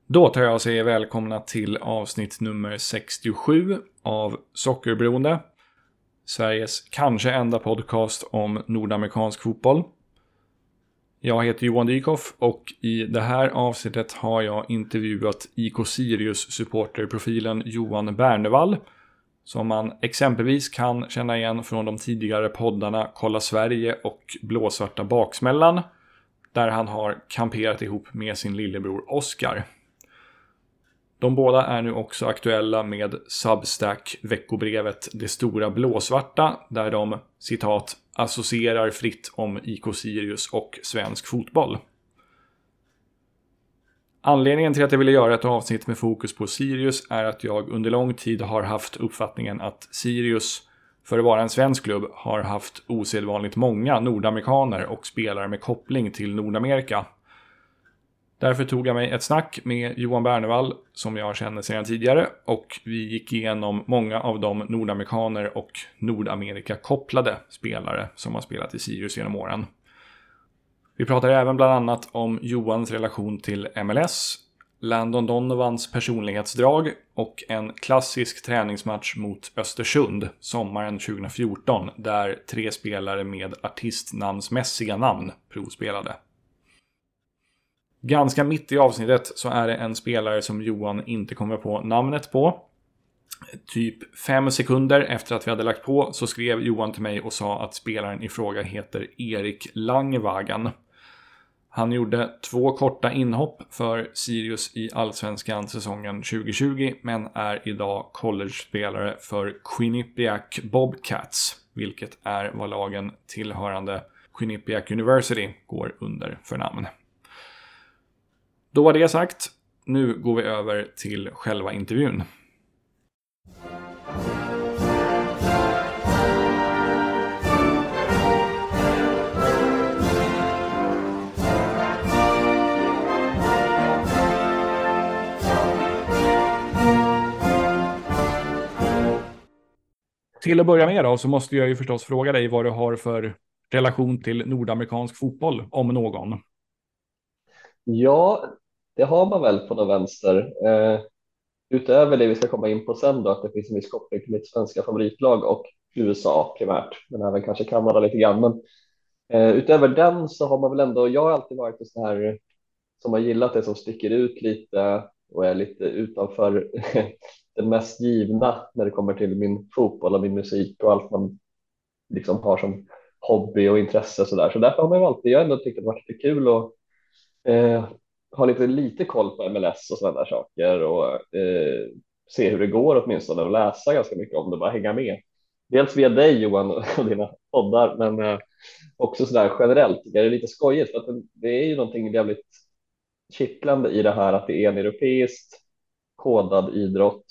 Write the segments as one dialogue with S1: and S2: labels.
S1: Då tar jag och säger välkomna till avsnitt nummer 67 av Sockerberoende. Sveriges kanske enda podcast om nordamerikansk fotboll. Jag heter Johan Dykhoff och i det här avsnittet har jag intervjuat IK Sirius supporterprofilen Johan Bernevall, som man exempelvis kan känna igen från de tidigare poddarna Kolla Sverige och Blåsvarta Baksmällan, där han har kamperat ihop med sin lillebror Oskar. De båda är nu också aktuella med Substack-veckobrevet Det Stora Blåsvarta, där de, citat, associerar fritt om IK Sirius och svensk fotboll. Anledningen till att jag ville göra ett avsnitt med fokus på Sirius är att jag under lång tid har haft uppfattningen att Sirius, för att vara en svensk klubb, har haft osedvanligt många nordamerikaner och spelare med koppling till Nordamerika. Därför tog jag mig ett snack med Johan Bernevall, som jag känner sedan tidigare, och vi gick igenom många av de nordamerikaner och Nordamerika-kopplade spelare som har spelat i Sirius genom åren. Vi pratar även bland annat om Johans relation till MLS, Landon Donovans personlighetsdrag och en klassisk träningsmatch mot Östersund sommaren 2014, där 3 spelare med artistnamnsmässiga namn provspelade. Ganska mitt i avsnittet så är det en spelare som Johan inte kommer på namnet på. Typ 5 sekunder efter att vi hade lagt på så skrev Johan till mig och sa att spelaren i fråga heter Erik Langvagen. Han gjorde 2 korta inhopp för Sirius i Allsvenskan säsongen 2020, men är idag college-spelare för Quinnipiac Bobcats, vilket är vad lagen tillhörande Quinnipiac University går under för namn. Då var det sagt, nu går vi över till själva intervjun. Till att börja med då, så måste jag ju förstås fråga dig vad du har för relation till nordamerikansk fotboll, om någon.
S2: Ja, det har man väl på någon vänster. Utöver det vi ska komma in på sen då, att det finns en viss koppling till mitt svenska favoritlag och USA primärt, men även kanske Kanada lite grann. Men utöver den så har man väl ändå, jag har alltid varit en sån här som har gillat det som sticker ut lite och är lite utanför det mest givna när det kommer till min fotboll och min musik och allt man liksom har som hobby och intresse så där. Så därför har man ju alltid, jag har ändå tyckt att det varit lite kul och ha lite koll på MLS och sådana där saker och se hur det går åtminstone och läsa ganska mycket om det, bara hänga med. Dels via dig Johan och dina poddar, men också sådär generellt. Det är lite skojigt för att det är ju någonting jävligt kittlande i det här att det är en europeiskt kodad idrott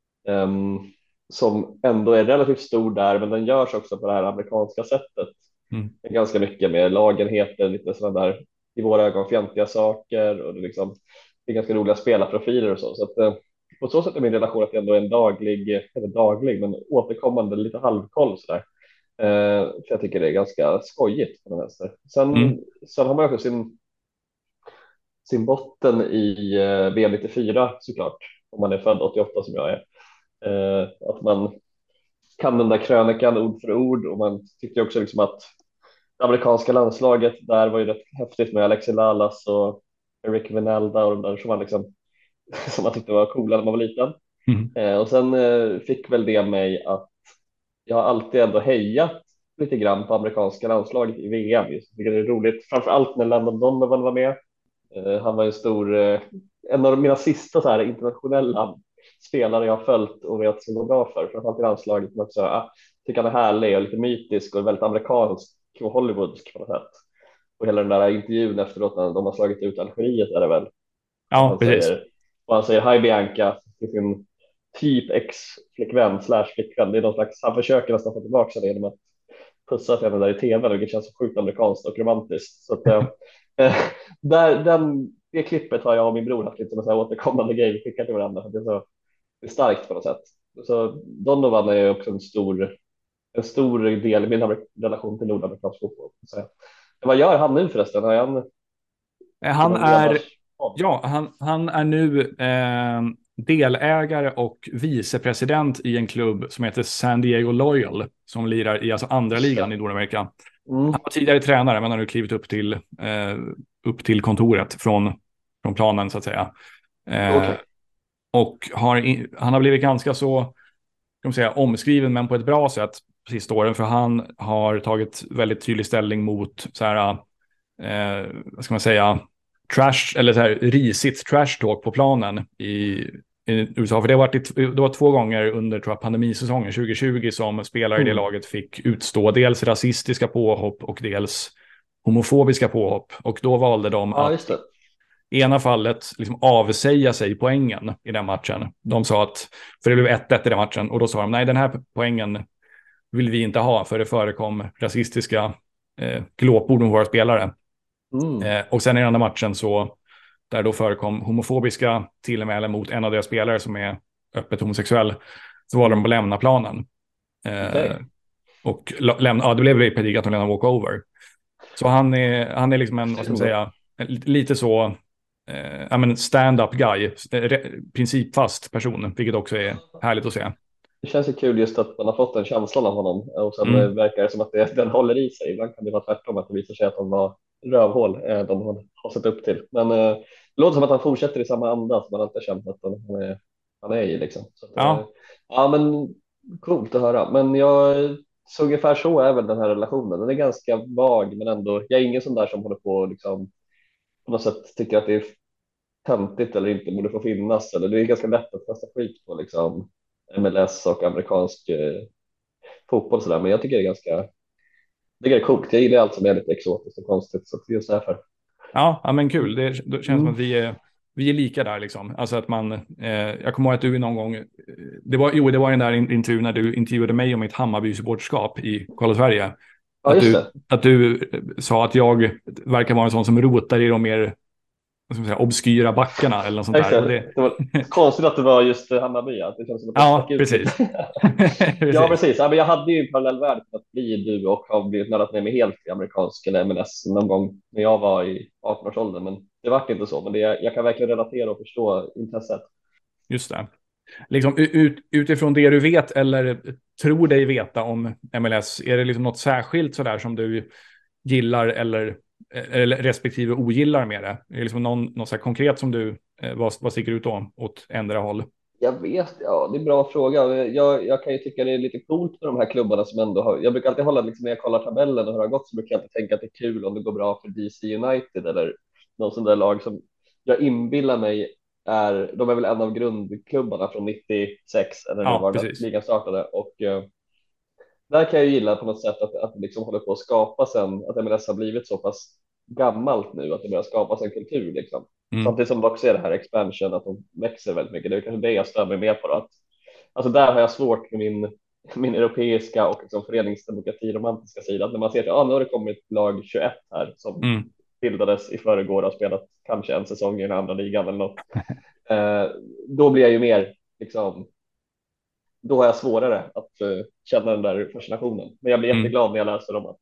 S2: som ändå är relativt stor där, men den görs också på det här amerikanska sättet. Ganska mycket med lagenheter, lite sådana där i våra ögon fjantiga saker och det är ganska roliga spelarprofiler och så. Så att, på så sätt är min relation att det ändå är en daglig men återkommande lite halvkoll så där. För jag tycker det är ganska skojigt på den vänster. Sen har man också sin botten i VM 94 såklart, om man är född 88 som jag är. Att man kan den där krönikan ord för ord och man tyckte också liksom att det amerikanska landslaget där var ju rätt häftigt med Alexi Lalas och Eric Vinalda och de där som man som man tyckte var coola när man var liten. Och sen fick väl det mig att jag har alltid ändå hejat lite grann på amerikanska landslaget i VM. Jag tycker det är roligt, framför allt när Landon Donovan var med. Han var en stor, en av mina sista så här internationella spelare jag har följt och vet som går bra för, framförallt i landslaget, men också tycker han är härlig och lite mytisk och väldigt amerikansk och hollywoodsk på något sätt. Och hela den där intervjun efteråt när de har slagit ut Algeriet är det väl.
S1: Ja, precis.
S2: Han säger hi Bianca till sin typ ex-flickvän slash flickvän. Det är någon slags, han försöker nästan få tillbaka det genom att pussa till henne där i tv, vilket känns så sjukt amerikanskt och romantiskt. Så att, det klippet har jag och min bror haft lite så här återkommande grejer skickat till varandra. Det är starkt på något sätt. Så Donovan är också en stor del i min relation till nordamerikansk fotboll. Så, vad gör han nu förresten?
S1: Han är Ja, han är nu delägare och vicepresident i en klubb som heter San Diego Loyal, som lirar i alltså andra ligan i Nordamerika. Han var tidigare tränare, men har nu klivit upp till kontoret från planen, så att säga. Och han har blivit ganska så, kan man säga, omskriven, men på ett bra sätt på sista åren, för han har tagit väldigt tydlig ställning mot så här, vad ska man säga, trash, eller så här risigt trash talk på planen i USA. För det var 2 gånger under, tror jag, pandemisäsongen 2020 som spelare i det laget fick utstå dels rasistiska påhopp och dels homofobiska påhopp. Och då valde de att i ena fallet liksom avsäga sig poängen i den matchen. De sa att, för det blev 1-1 i den matchen, och då sa de nej, den här poängen vill vi inte ha, för det förekom rasistiska glåpord med våra spelare. Och sen i den andra matchen så, där då förekom homofobiska tillmälen mot en av deras spelare som är öppet homosexuell, så var de på lämna planen. Och det blev i princip att de lämnade walkover. Så han är liksom en, vad ska man säga, lite så stand-up guy, principfast person, vilket också är härligt att se.
S2: Det känns ju kul just att man har fått en känsla av honom, och sen verkar det som att den håller i sig. Ibland kan det vara tvärtom, att det visar sig att de var rövhål de har sett upp till. Men det låter som att han fortsätter i samma anda som man alltid känt att han är i liksom. Så att, men coolt att höra. Men jag såg ungefär så är väl den här relationen. Den är ganska vag, men ändå, jag är ingen sån där som håller på liksom på något sätt tycker att det är töntigt eller inte borde få finnas, eller det är ganska lätt att kasta skit på liksom MLS och amerikansk fotboll sådär, men jag tycker det är coolt. Jag gillar allt som är lite exotiskt och konstigt, så det är så därför.
S1: Ja, men kul. Det känns som att vi är lika där liksom. Alltså att man, jag kommer ihåg att du någon gång, det var den där intervjun när du intervjuade mig om mitt Hammarby-supportskap i Kolla Sverige. Att du sa att jag verkar vara en sån som rotar i de mer, vad ska man säga, obskyra backarna eller något sånt där.
S2: Det var konstigt att det var just Hammarby. Att det känns som att
S1: precis.
S2: Ja, precis. Ja, men jag hade ju en parallell värld att bli du och har blivit nördat med mig helt i amerikansk eller MLS någon gång när jag var i 18-årsåldern, men det var inte så. Men jag kan verkligen relatera och förstå intresset.
S1: Just det. Liksom, utifrån det du vet eller tror dig veta om MLS, är det liksom något särskilt sådär som du gillar eller respektive ogillar med det? Är det liksom något så här konkret som du, vad sticker ut då åt ändra håll?
S2: Jag vet, det är en bra fråga. Jag kan ju tycka det är lite coolt med de här klubbarna som ändå har, jag brukar alltid hålla liksom, när jag kollar tabellen och hur det har gått, så brukar jag alltid tänka att det är kul om det går bra för DC United eller någon sån där lag som jag inbillar mig de är väl en av grundklubbarna från 96 eller när var ligan startade, och där kan jag gilla på något sätt att det liksom håller på att skapas att MLS har blivit så pass gammalt nu att det börjar skapas en kultur liksom. Samtidigt som det också är det här expansion, att de växer väldigt mycket. Det är kanske det jag stör mig mer på då, att alltså där har jag svårt med min europeiska och liksom föreningsdemokrati romantiska sida, att när man ser att nu har det kommit lag 21 här som bildades i förrgår och har spelat kanske en säsong i den andra ligan eller något. Då blir jag ju mer liksom, då har jag svårare att känna den där fascinationen. Men jag blir jätteglad när jag läser om att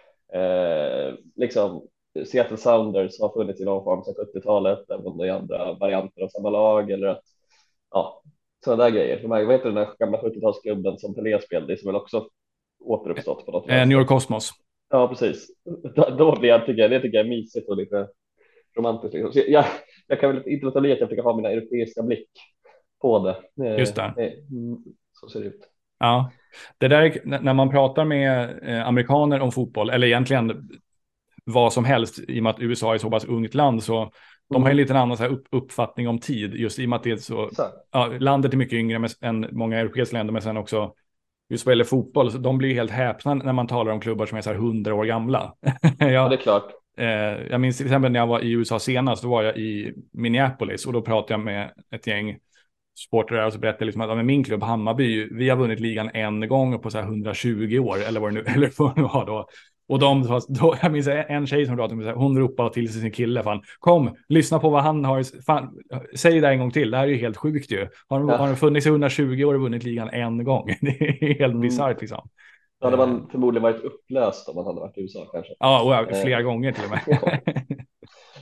S2: liksom Seattle Sounders har funnits i någon form sedan 70-talet, även i andra varianter av samma lag, eller att sådana där grejer. Vad heter den där gamla 70-talsklubben som Pelé spelade i, som väl också återuppstått på något sätt?
S1: New York Cosmos.
S2: Ja, precis. Då blir det tycker jag är mysigt och lite romantiskt. Liksom. Så jag kan väl inte låta bli att jag fick ha mina europeiska blick på det.
S1: Just det.
S2: Så ser det ut.
S1: Ja, det där när man pratar med amerikaner om fotboll, eller egentligen vad som helst, i och med att USA är så pass ungt land, så de har en liten annan så här uppfattning om tid, just i och med att det är så, landet är mycket yngre än många europeiska länder, men sen också just vad gäller fotboll, så de blir helt häpna när man talar om klubbar som är så här 100 år gamla.
S2: Ja, det är klart.
S1: Jag minns till exempel när jag var i USA senast, då var jag i Minneapolis och då pratade jag med ett gäng supportrar och så berättade liksom att min klubb Hammarby, vi har vunnit ligan en gång på så här 120 år eller vad det nu var då. Och jag minns en tjej som pratade med, hon ropade till sin kille, fan, kom, lyssna på vad han har, fan, säg det en gång till, det här är ju helt sjukt ju. Har de funnits i 120 år och vunnit ligan en gång? Det är helt bisarrt liksom.
S2: Då hade man förmodligen varit upplöst om man hade varit i USA kanske.
S1: Ja, flera gånger till och med.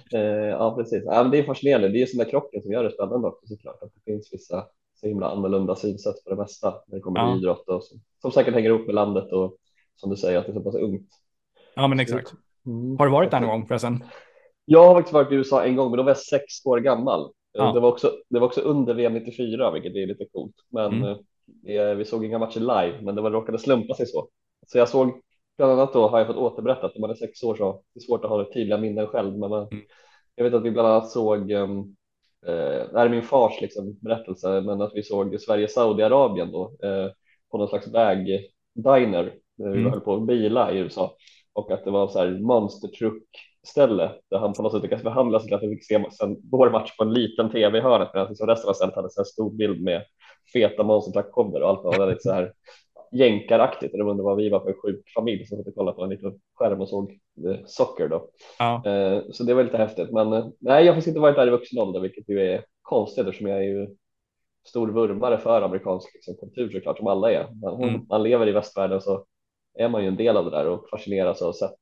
S2: Ja, precis. Ja, men det är fascinerande. Det är sån där krocken som gör det spännande också, såklart. Att det finns vissa så himla annorlunda synsätt på det mesta när det kommer till
S1: Ja,
S2: idrott och som säkert hänger ihop med landet och som du säger att det är så pass ungt.
S1: ja men
S2: Så,
S1: exakt. Har du
S2: så
S1: varit
S2: att,
S1: där någon gång förresten?
S2: jag har faktiskt varit i USA en gång, men då var jag 6 år gammal.
S1: Ja.
S2: Det var också under VM 94, vilket är lite coolt. Men
S1: Mm.
S2: vi såg inga matcher live, men det råkade slumpa sig så. Så jag såg, bland annat då har jag fått återberättat att när man är 6 år så det är svårt att ha det tydliga minnen själv. Men
S1: Mm.
S2: jag vet att vi bland annat såg, det här är min fars liksom, berättelse, men att vi såg Sverige-Saudiarabien då, på någon slags vägdiner när vi höll
S1: Mm.
S2: på att bila i USA. Och att det var så här monstertruck ställe där han på något sätt lyckades förhandla sig till att vi fick se vår match på en liten tv i hörnet, medan liksom resten av stället hade en stor bild med feta monstertruck-cover och allt var väldigt så här jänkaraktigt. Och det undrar vad vi var för en sjuk familj som satt och kollade på en liten skärm och såg socker då.
S1: Ja.
S2: Så det var lite häftigt. Men nej, jag har faktiskt inte varit där i vuxen ålder, vilket ju är konstigt eftersom jag är ju stor vurmare för amerikansk liksom, kultur såklart, som alla är.
S1: Mm.
S2: Man lever i västvärlden så är man ju en del av det där och fascineras och sett,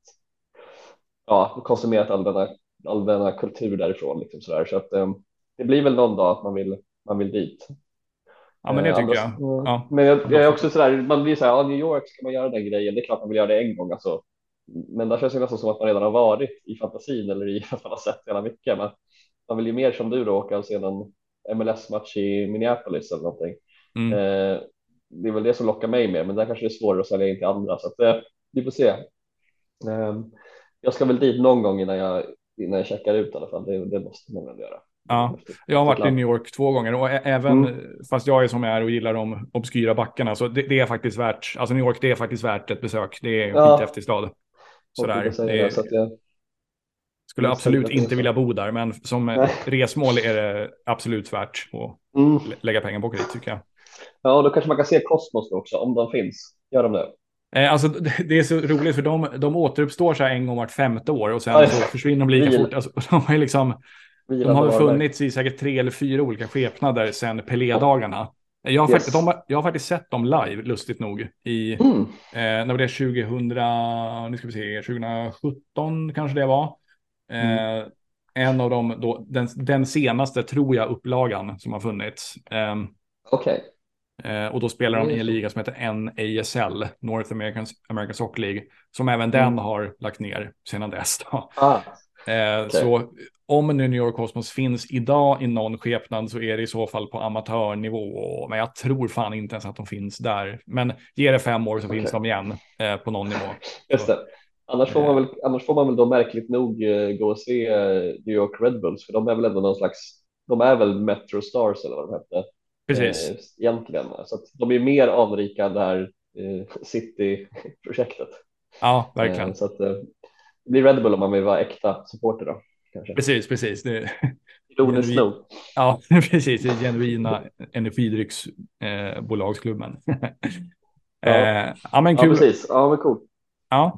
S2: ja, konsumerat all denna kultur därifrån liksom sådär. Så att det blir väl någon dag att man vill dit.
S1: Ja, men det tycker
S2: Annars,
S1: jag. Ja.
S2: men jag är också sådär, man blir såhär, ja, New York ska man göra den grejen, det är klart man vill göra det en gång alltså. Men där känns det nästan som att man redan har varit i fantasin eller i att man har sett hela mycket. Men man vill ju mer som du då åka och se någon MLS-match i Minneapolis eller någonting.
S1: Mm.
S2: Det är väl det som lockar mig med, men där kanske det är svårare att sälja in till andra. Så att, vi får se. Jag ska väl dit någon gång innan jag checkar ut i alla fall. Det måste man väl göra.
S1: Ja, jag har varit i New York 2 gånger och även fast jag är som jag är och gillar de obskyra backarna så det är faktiskt värt, alltså New York det är faktiskt värt ett besök. Det är en skithäftig stad.
S2: Sådär.
S1: Det
S2: Så att jag
S1: skulle absolut
S2: misstänker att det är
S1: inte
S2: så.
S1: vilja bo där, men som resmål är det absolut värt att lägga pengar på dit tycker jag.
S2: Ja, då kanske man kan se Kosmos då också, om de finns. Gör de det?
S1: Alltså det är så roligt för de återuppstår så här en gång vart 5:e år och sen så försvinner de lika fort. Alltså, de har funnits i säkert 3 eller 4 olika skepnader sedan Pelé-dagarna. Jag har faktiskt sett dem live, lustigt nog, i när var det 2017 kanske det var. En av dem då, den senaste tror jag upplagan som har funnits.
S2: Okej.
S1: Och då spelar de i en liga som heter NASL, North American Soccer League, som även den har lagt ner sedan dess. Okay. Så om nu New York Cosmos finns idag i någon skepnad så är det i så fall på amatörnivå. Men jag tror fan inte ens att de finns där. Men ger det 5 år så finns de igen på någon nivå.
S2: Just det. Annars får man väl då märkligt nog gå och se New York Red Bulls, för de är väl ändå någon slags, de är väl Metro Stars eller vad de hette.
S1: Precis.
S2: Egentligen. Så att de är mer anrika än det här City-projektet.
S1: Ja, verkligen.
S2: Så att det blir Red Bull om man vill vara äkta supporter då. Kanske.
S1: Precis.
S2: Ironiskt nog.
S1: Ja, precis. Det är genuina energidrycksbolagsklubben. Ja, men kul.
S2: Ja, precis. Ja, men cool.
S1: Ja.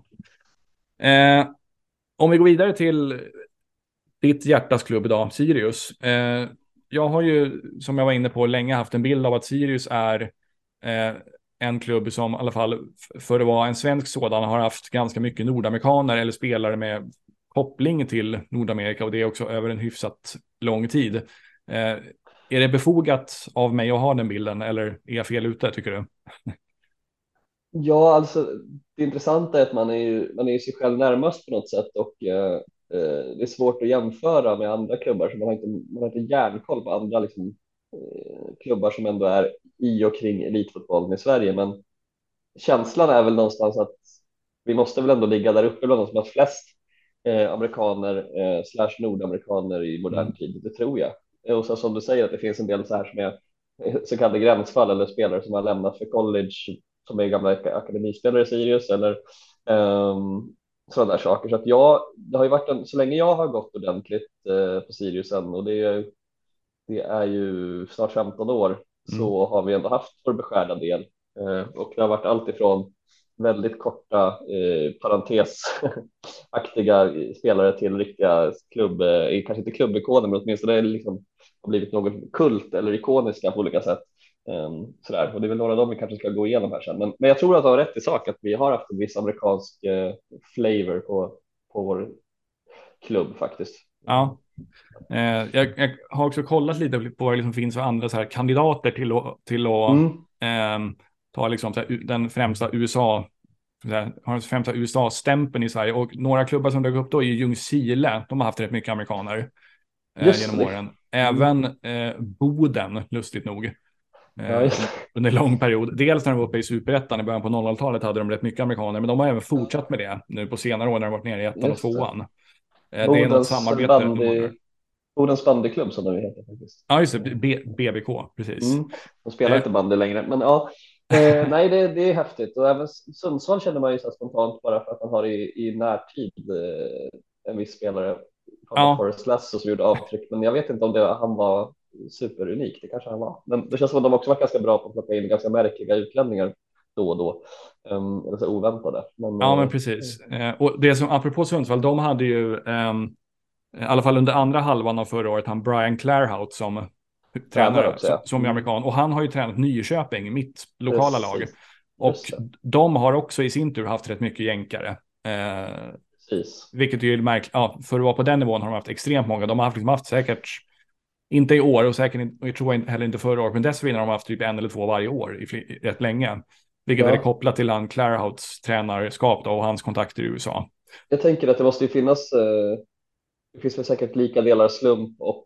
S1: Om vi går vidare till ditt hjärtas klubb idag, Sirius. Jag har ju, som jag var inne på, länge haft en bild av att Sirius är en klubb som i alla fall för att vara en svensk sådan har haft ganska mycket nordamerikaner eller spelare med koppling till Nordamerika, och det är också över en hyfsat lång tid. Är det befogat av mig att ha den bilden eller är jag fel ute, tycker du?
S2: Ja, alltså det intressanta är att man är ju sig själv närmast på något sätt, och det är svårt att jämföra med andra klubbar, så man har inte järnkoll på andra liksom, klubbar som ändå är i och kring elitfotbollen i Sverige. Men känslan är väl någonstans att vi måste väl ändå ligga där uppe bland de som har flest amerikaner slash nordamerikaner i modern tid, det tror jag. Och så som du säger att det finns en del så här som är så kallade gränsfall eller spelare som har lämnat för college som är gamla akademispelare i Sirius eller sådana där saker. Så att det har ju varit så länge jag har gått ordentligt på Sirius än, och det är ju snart 15 år, så har vi ändå haft vår beskärda del. Och det har varit allt ifrån väldigt korta parentesaktiga spelare till riktiga kanske inte klubbikoner, men åtminstone liksom har blivit något kult eller ikoniska på olika sätt. Sådär. Och det är väl några av dem vi kanske ska gå igenom här sen. Men jag tror att du har rätt i sak att vi har haft en viss amerikansk flavor på vår klubb faktiskt.
S1: Ja. Jag har också kollat lite på vad det liksom finns för andra så här kandidater till att ta liksom så här, den främsta USA, så här, har den främsta USA-stämpeln i Sverige. Och några klubbar som dök upp då är Ljungskile. De har haft rätt mycket amerikaner
S2: Just
S1: genom
S2: det.
S1: åren. Även Boden, lustigt nog.
S2: Ja, just.
S1: Under en lång period. Dels när de var uppe i Superettan i början på 00-talet hade de rätt mycket amerikaner. Men de har även fortsatt med det nu på senare år när de varit nere i ettan och
S2: Just det.
S1: tvåan. Det är något samarbete de har där.
S2: Bodens bandyklubb som den heter faktiskt.
S1: Ja, just det. BBK, precis.
S2: De spelar inte bandy längre, men ja. Nej, det är häftigt. Och även Sundsvall känner man ju så spontant bara för att man har i närtid en viss spelare, Forrest Lasso, som gjorde avtryck. Men jag vet inte om han var superunik. Det kanske han var. Men det känns som att de också var ganska bra på att plocka in ganska märkliga utlänningar då och då. Eller så oväntade.
S1: Men precis. Och det som, apropå Sundsvall, de hade ju i alla fall under andra halvan av förra året han Brian Clairhout som tränare
S2: också, ja.
S1: som är amerikan. Och han har ju tränat Nyköping, mitt lokala lag. Och de har också i sin tur haft rätt mycket jänkare. Vilket är ju märkligt. Ja, för att vara på den nivån har de haft extremt många. De har haft säkert, inte i år och säkert jag tror heller inte förra året, men dessförinnan har de haft typ 1 eller 2 varje år rätt länge. Vilket är kopplat till han Clairhouts tränarskap då, och hans kontakter i USA.
S2: Jag tänker att det måste ju finnas, det finns väl säkert lika delar slump och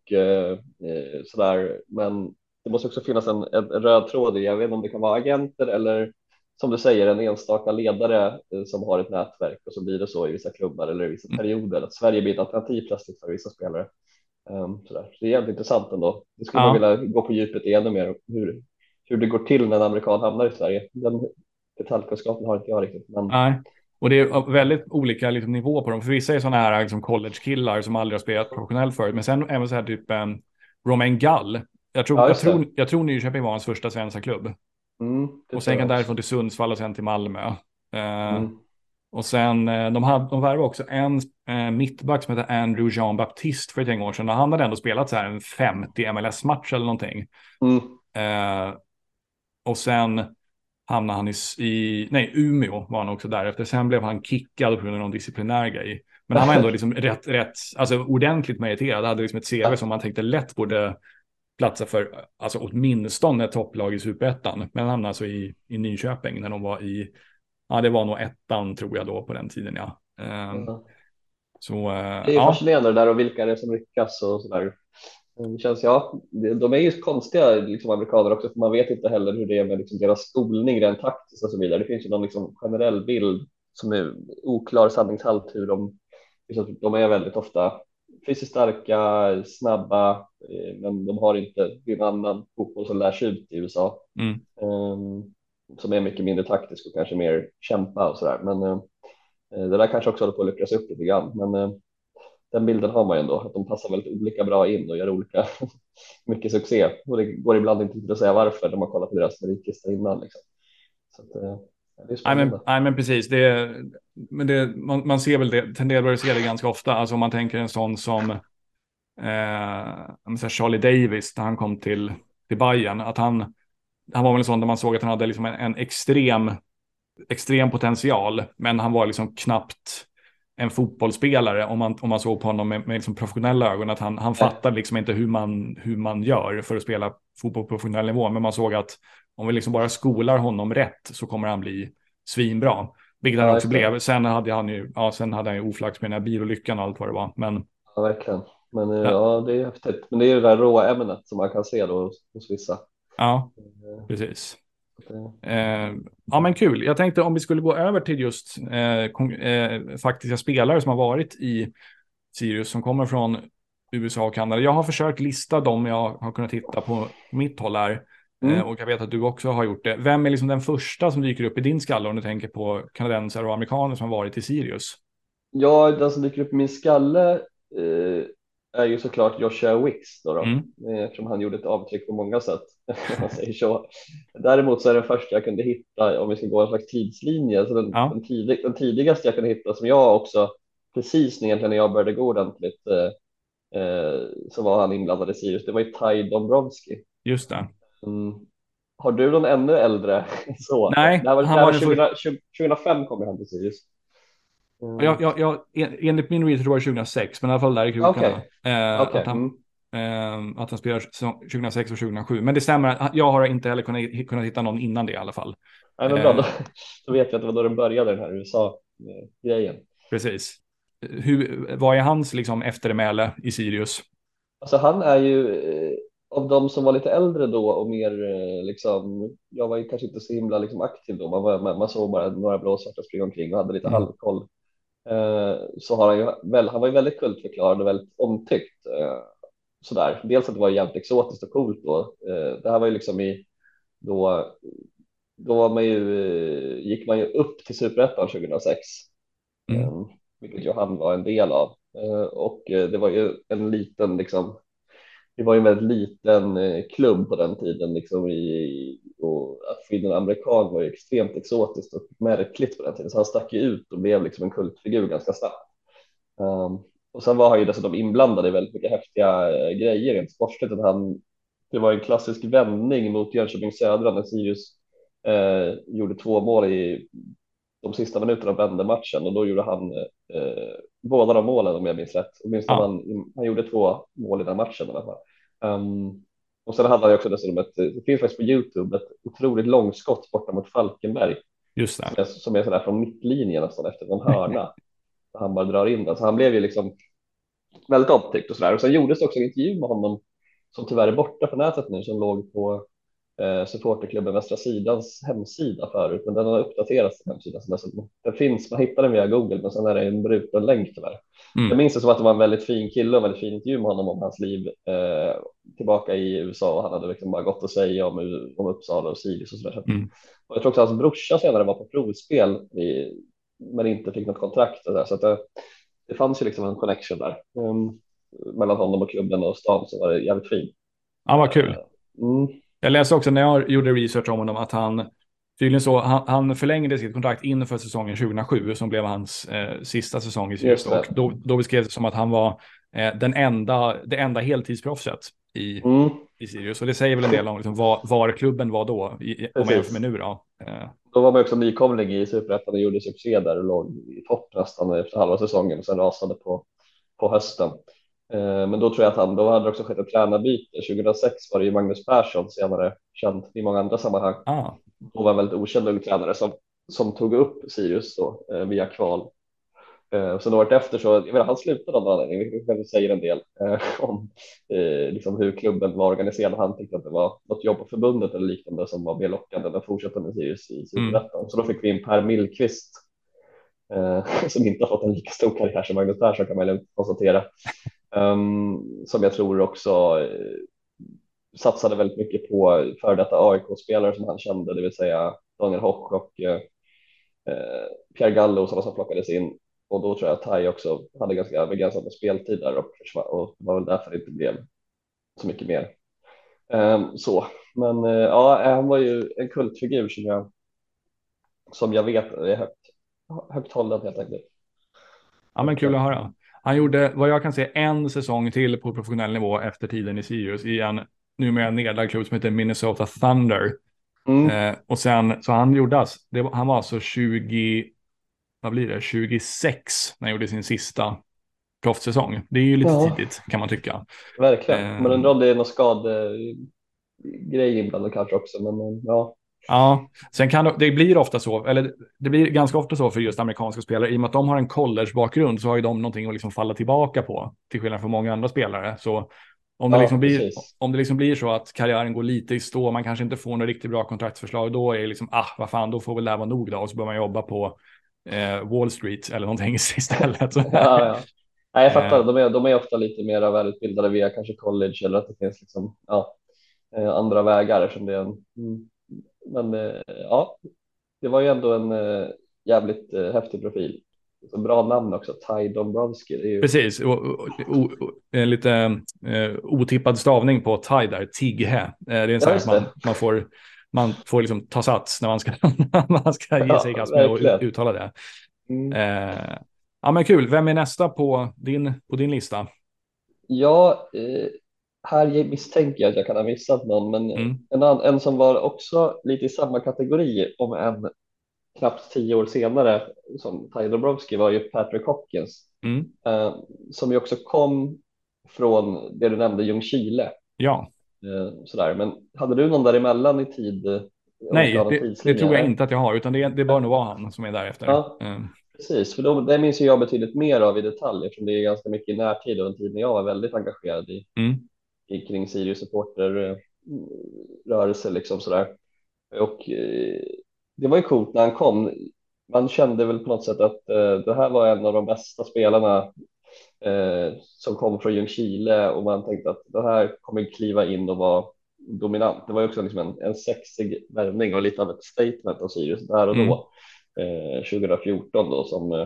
S2: sådär, men det måste också finnas en röd tråd i, jag vet inte om det kan vara agenter eller som du säger en enstaka ledare som har ett nätverk, och så blir det så i vissa klubbar eller i vissa perioder att Sverige blir ett alternativ plötsligt för vissa spelare. Sådär. Så det är jävligt intressant ändå. Det skulle man vilja gå på djupet i ännu mer, hur det går till när en amerikan hamnar i Sverige. Den detaljkunskapen har inte jag riktigt. Men...
S1: Nej. Och det är väldigt olika liksom, nivå på dem. För vissa är sådana här liksom, college-killar som aldrig har spelat professionellt förut. Men sen även så här typ Romain Gall. Jag tror Nyköping var hans första svenska klubb. Och sen kan därifrån till Sundsvall och sen till Malmö. Och sen de värvade också en mittback som heter Andrew Jean Baptiste för ett gäng år sedan. Och han hade ändå spelat så här en 50 MLS-match eller någonting. Och sen hamnade han i Umeå var han också därefter. Sen blev han kickad på grund av någon disciplinär grej. Men han var ändå liksom rätt alltså ordentligt meriterad. Hade liksom ett CV som man tänkte lätt borde platsa för alltså åtminstone ett topplag i Superettan. Men han hamnade alltså i Nyköping när de var det var nog ettan tror jag då på den tiden, ja. Så,
S2: det är fascinerande det där och vilka det är som lyckas och sådär. Det känns, de är ju konstiga liksom, amerikaner också, för man vet inte heller hur det är med liksom, deras skolning rent taktiskt och så vidare. Det finns ju någon liksom, generell bild som är oklar sanningshalt hur de är väldigt ofta fysiskt starka, snabba, men de har inte en annan fotboll som lärs ut i USA som är mycket mindre taktisk och kanske mer kämpa och sådär. Men det där kanske också håller på att luckras upp lite grann. Men den bilden har man ju ändå, att de passar väldigt olika bra in och gör olika mycket succé. Och det går ibland inte att säga varför när man kollar på deras meritlista innan. Liksom. Så att, det är spännande.
S1: Men precis, man ser väl det, tenderar att se det ganska ofta. Alltså om man tänker en sån som Charlie Davis när han kom till Bayern, att han var väl en sån där man såg att han hade liksom en extrem potential, men han var liksom knappt en fotbollsspelare om man såg på honom med liksom professionella ögon, att han fattade liksom inte hur man gör för att spela fotboll på professionell nivå, men man såg att om vi liksom bara skolar honom rätt så kommer han bli svinbra, vilket han också blev. Sen hade han ju oflax med den här bilolyckan och allt vad det var, men
S2: ja, verkligen. Men det är häftigt, men det är det där råa ämnet som man kan se då hos vissa.
S1: Ja, precis. Men kul. Jag tänkte om vi skulle gå över till just faktiska spelare som har varit i Sirius som kommer från USA och Kanada. Jag har försökt lista dem jag har kunnat hitta på mitt håll här. Och jag vet att du också har gjort det. Vem är liksom den första som dyker upp i din skalle om du tänker på kanadensare och amerikaner som har varit i Sirius?
S2: Ja, den som dyker upp i min skalle är ju såklart Joshua Wicks då, eftersom han gjorde ett avtryck på många sätt. Man säger så. Däremot så är den första jag kunde hitta, om vi ska gå en slags tidslinje, så den tidigaste jag kunde hitta som jag också precis egentligen när jag började gå ordentligt så var han inblandad i Sirius. Det var ju Ty Dombrowski.
S1: Just det.
S2: Har du någon ännu äldre så?
S1: Nej,
S2: det var 2005 kom han till Sirius.
S1: Enligt min research var det 2006, men i alla fall där i krokarna.
S2: Okej.
S1: Att han spelar 2006 och 2007. Men det stämmer att jag har inte heller kunnat hitta någon innan det i alla fall.
S2: Nej, men bra, då vet jag att det var då den började, den här USA-grejen.
S1: Precis. Vad är hans liksom eftermäle i Sirius?
S2: Alltså han är ju av de som var lite äldre då och mer liksom, jag var ju kanske inte så himla liksom aktiv då, man såg bara några blåsvarta springa omkring och hade lite halvkoll. Så har han var ju väldigt kultförklarad och väldigt omtyckt. Sådär. Dels att det var jävligt exotiskt och coolt då. Det här var ju liksom då var man ju, gick man ju upp till Superettan 2006. Vilket ju han var en del av. Och det var ju en liten liksom, det var ju en väldigt liten klubb på den tiden liksom och att få in en amerikan var ju extremt exotiskt och märkligt på den tiden, så han stack ju ut och blev liksom en kultfigur ganska snabbt. Och sen var han ju dessutom inblandad i väldigt mycket häftiga grejer rent sportsligt. Det var en klassisk vändning mot Jönköping Södra när Sirius gjorde 2 mål i de sista minuterna av vändematchen, och då gjorde han båda de målen om jag minns rätt. Han gjorde 2 mål i den matchen i alla fall. Och sen hade han också dessutom det finns faktiskt på YouTube ett otroligt långskott borta mot Falkenberg.
S1: Just det.
S2: Som är sådär från mittlinjen nästan efter någon hörna. Han bara drar in den. Så han blev ju liksom väldigt omtyckt och sådär. Och sen gjordes det också en intervju med honom som tyvärr är borta på nätet nu, som låg på supporterklubben Västra Sidans hemsida förut, men den har uppdaterats den hemsidan. Den finns, man hittar den via Google, men sen är det en bruten länk tyvärr. Jag minns det som att det var en väldigt fin kille och väldigt fin intervju med honom om hans liv tillbaka i USA, och han hade liksom bara gått och säga om Uppsala och Sirius och sådär. Och jag tror också att hans brorsa senare var på provspel men inte fick något kontrakt och där, så att det fanns ju liksom en connection där mellan honom och klubben och stan, så var det jävligt fint.
S1: Ja, vad kul. Jag läste också när jag gjorde research om honom att han förlängde sitt kontrakt inför säsongen 2007 som blev hans sista säsong i Sirius. Och då beskrevs det som att han var det enda heltidsproffset i Sirius. Och det säger väl en del om liksom var klubben var då, om man jämför med nu då.
S2: Då var man också nykomling i Superettan och gjorde succé där och låg i topp nästan efter halva säsongen och sen rasade på hösten. Men då tror jag att då hade också skett ett tränarbyte. 2006 var det ju Magnus Persson, senare känd i många andra sammanhang. Då var en väldigt okänd ung tränare som tog upp Sirius då, via kval. Sen året efter så, han slutade av någon anledning, vilket säger en del om liksom hur klubben var organiserad. Han tyckte att det var något jobb på förbundet eller liknande som var mer lockande än att fortsätta med Sirius i Superettan. Så då fick vi in Per Millqvist som inte har fått en lika stor karriär som Magnus Persson, kan man konstatera. Som jag tror också satsade väldigt mycket på för detta AIK-spelare som han kände, det vill säga Daniel Hock och Pierre Gallo, som plockades in. Och då tror jag att Tai också hade ganska begränsad med speltid där och var väl därför det inte blev så mycket mer. Men han var ju en kultfigur som jag vet är högt hållen helt enkelt.
S1: Ja, men kul att höra. Han gjorde, vad jag kan se, en säsong till på professionell nivå efter tiden i Sirius i en numera nedlagd klubb som heter Minnesota Thunder. Och sen, så han var alltså 26 när han gjorde sin sista proffssäsong. Det är ju lite tidigt, kan man tycka.
S2: Verkligen, men undrar om det är någon skadegrej ibland kanske också, men ja.
S1: Ja, sen det blir ofta så, eller det blir ganska ofta så för just amerikanska spelare, i och med att de har en college-bakgrund så har ju de någonting att liksom falla tillbaka på, till skillnad från många andra spelare. Så om det liksom blir så att karriären går lite i stå, man kanske inte får några riktigt bra kontraktsförslag, då är det liksom, vad fan, då får väl det här vara nog då, och så bör man jobba på Wall Street eller någonting istället.
S2: Ja. Nej, jag fattar, de är ofta lite mer välutbildade via kanske college, eller att det finns liksom, andra vägar som det är men det var ju ändå en jävligt häftig profil. Så bra namn också, Ty Dombrowski. Det är ju...
S1: Precis, en lite otippad stavning på Ty där, Tighe. Det är en sån att man får liksom ta sats när man ska ge sig i kast med och uttala det. Ja, men kul. Vem är nästa på din lista?
S2: Ja, här misstänker jag att jag kan ha missat någon, men en som var också lite i samma kategori, om en knappt 10 år senare som Ty Dabrowski var ju Patrick Hopkins. Som ju också kom från det du nämnde, Ljungskile.
S1: Ja.
S2: Sådär. Men hade du någon däremellan i tid?
S1: Nej, det tror jag inte att jag har, utan det bör nog vara han som är därefter.
S2: Ja, precis. För det minns jag betydligt mer av i detalj, eftersom det är ganska mycket i närtid och en tid när jag var väldigt engagerad i kring Sirius supporter-rörelse liksom sådär. Och det var ju coolt när han kom. Man kände väl på något sätt att det här var en av de bästa spelarna som kom från Ljungskile, och man tänkte att det här kommer kliva in och vara dominant. Det var ju också liksom en sexig värvning och lite av ett statement av Sirius där och då 2014 då som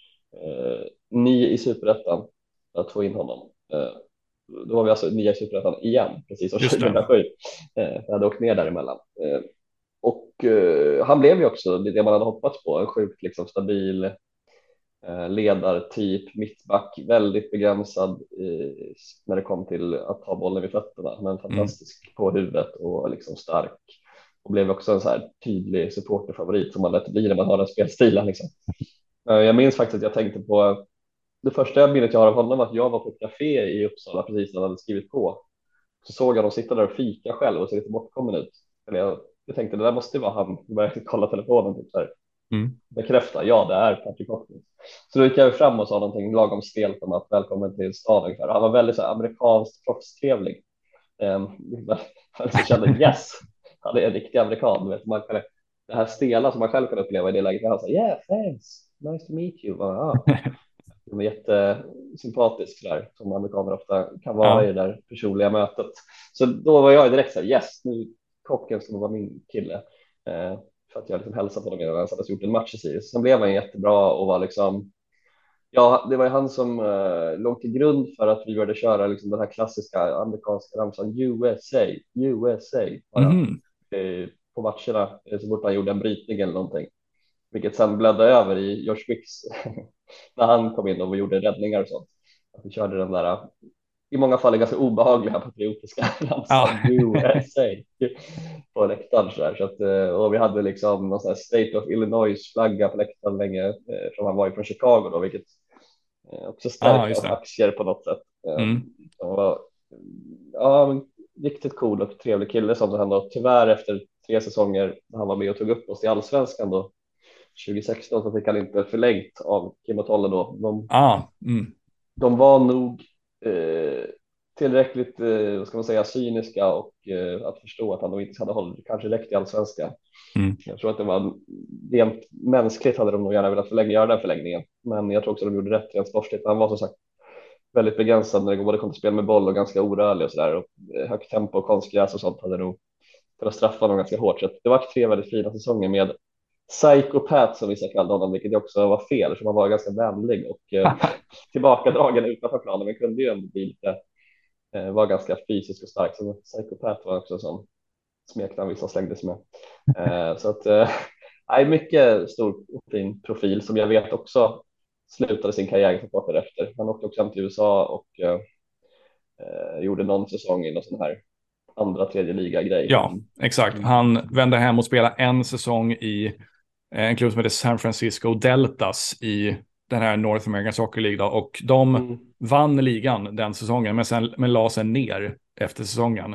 S2: ny i Superettan att få in honom. Då var vi alltså nya i Superettan igen, precis som 2007. Jag hade åkt ner däremellan. Och han blev ju också det man hade hoppats på, en sjukt liksom stabil ledartyp, mittback, väldigt begränsad när det kom till att ta bollen vid fötterna, men fantastisk på huvudet och liksom stark, och blev också en så här tydlig supporterfavorit som man lätt blir när man har den spelstilen liksom. Jag minns faktiskt att jag tänkte på det första minnet jag har av honom, att jag var på ett café i Uppsala precis när han hade skrivit på, så såg jag dem sitta där och fika själv och se lite bortkommen ut. Jag tänkte det där måste vara han. Jag började kolla telefonen typ så här. Bekräfta, ja det är Patrick Hopkins. Så då gick jag fram och sa någonting lagom stelt om att välkommen till staden. Han var väldigt så här amerikanskt proffstrevlig. Så kände yes, han är en riktig amerikan. Vet, man kan, det här stela som man själv kan uppleva i det läget. Han sa yeah thanks, nice to meet you. Det var jättesympatisk där, som amerikaner ofta kan vara i det där personliga mötet. Så då var jag direkt så här, yes, nu Hopkins ska vara min kille. För att jag liksom hälsade på dem innan han hade gjort en match i Sirius. Sen blev han jättebra och var liksom, ja, det var ju han som låg till grund för att vi började köra liksom den här klassiska amerikanska ramsan USA, USA på matcherna så fort han gjorde en brytning eller någonting. Vilket sen blädde över i Josh Wicks när han kom in och gjorde räddningar och sånt. Att vi körde den där i många fall ganska obehagliga patriotiska ramsan USA på läktaren så att, och vi hade liksom någon sån här State of Illinois flagga på läktaren länge från han var ju från Chicago då, vilket också stärkte aktier på något sätt. Ja, riktigt cool och trevlig kille som det hände. Tyvärr efter 3 säsonger när han var med och tog upp oss i Allsvenskan då 2016 så fick han inte förlängt av Kim och Tolle då. De var nog tillräckligt vad ska man säga, cyniska och att förstå att han då inte hade hållit kanske räckt i Allsvenskan. Jag tror att det var rent mänskligt hade de nog gärna velat göra den förlängningen, men jag tror också att de gjorde rätt rent sportligt. Han var som sagt väldigt begränsad när det både kom till spel med boll och ganska orörlig och sådär, och högt tempo och konstgräs och sånt hade nog kunnat straffa honom ganska hårt. Så det var 3 väldigt fina säsonger med psykopat som vissa kallade honom, vilket också var fel, så man var ganska vänlig och tillbakadragen utanför planen, men kunde ju ändå bli lite var ganska fysisk och stark. Så psykopat var också som smeknamn vissa slängdes med. Så att mycket stor och fin profil som jag vet också slutade sin karriär för kort därefter. Han åkte också hem till USA och gjorde någon säsong i någon sån här andra, tredje liga grej.
S1: Ja, exakt. Han vände hem och spelade en säsong i en klubb som heter San Francisco Deltas i den här North American Soccer League då, och de vann ligan den säsongen men la sig ner efter säsongen.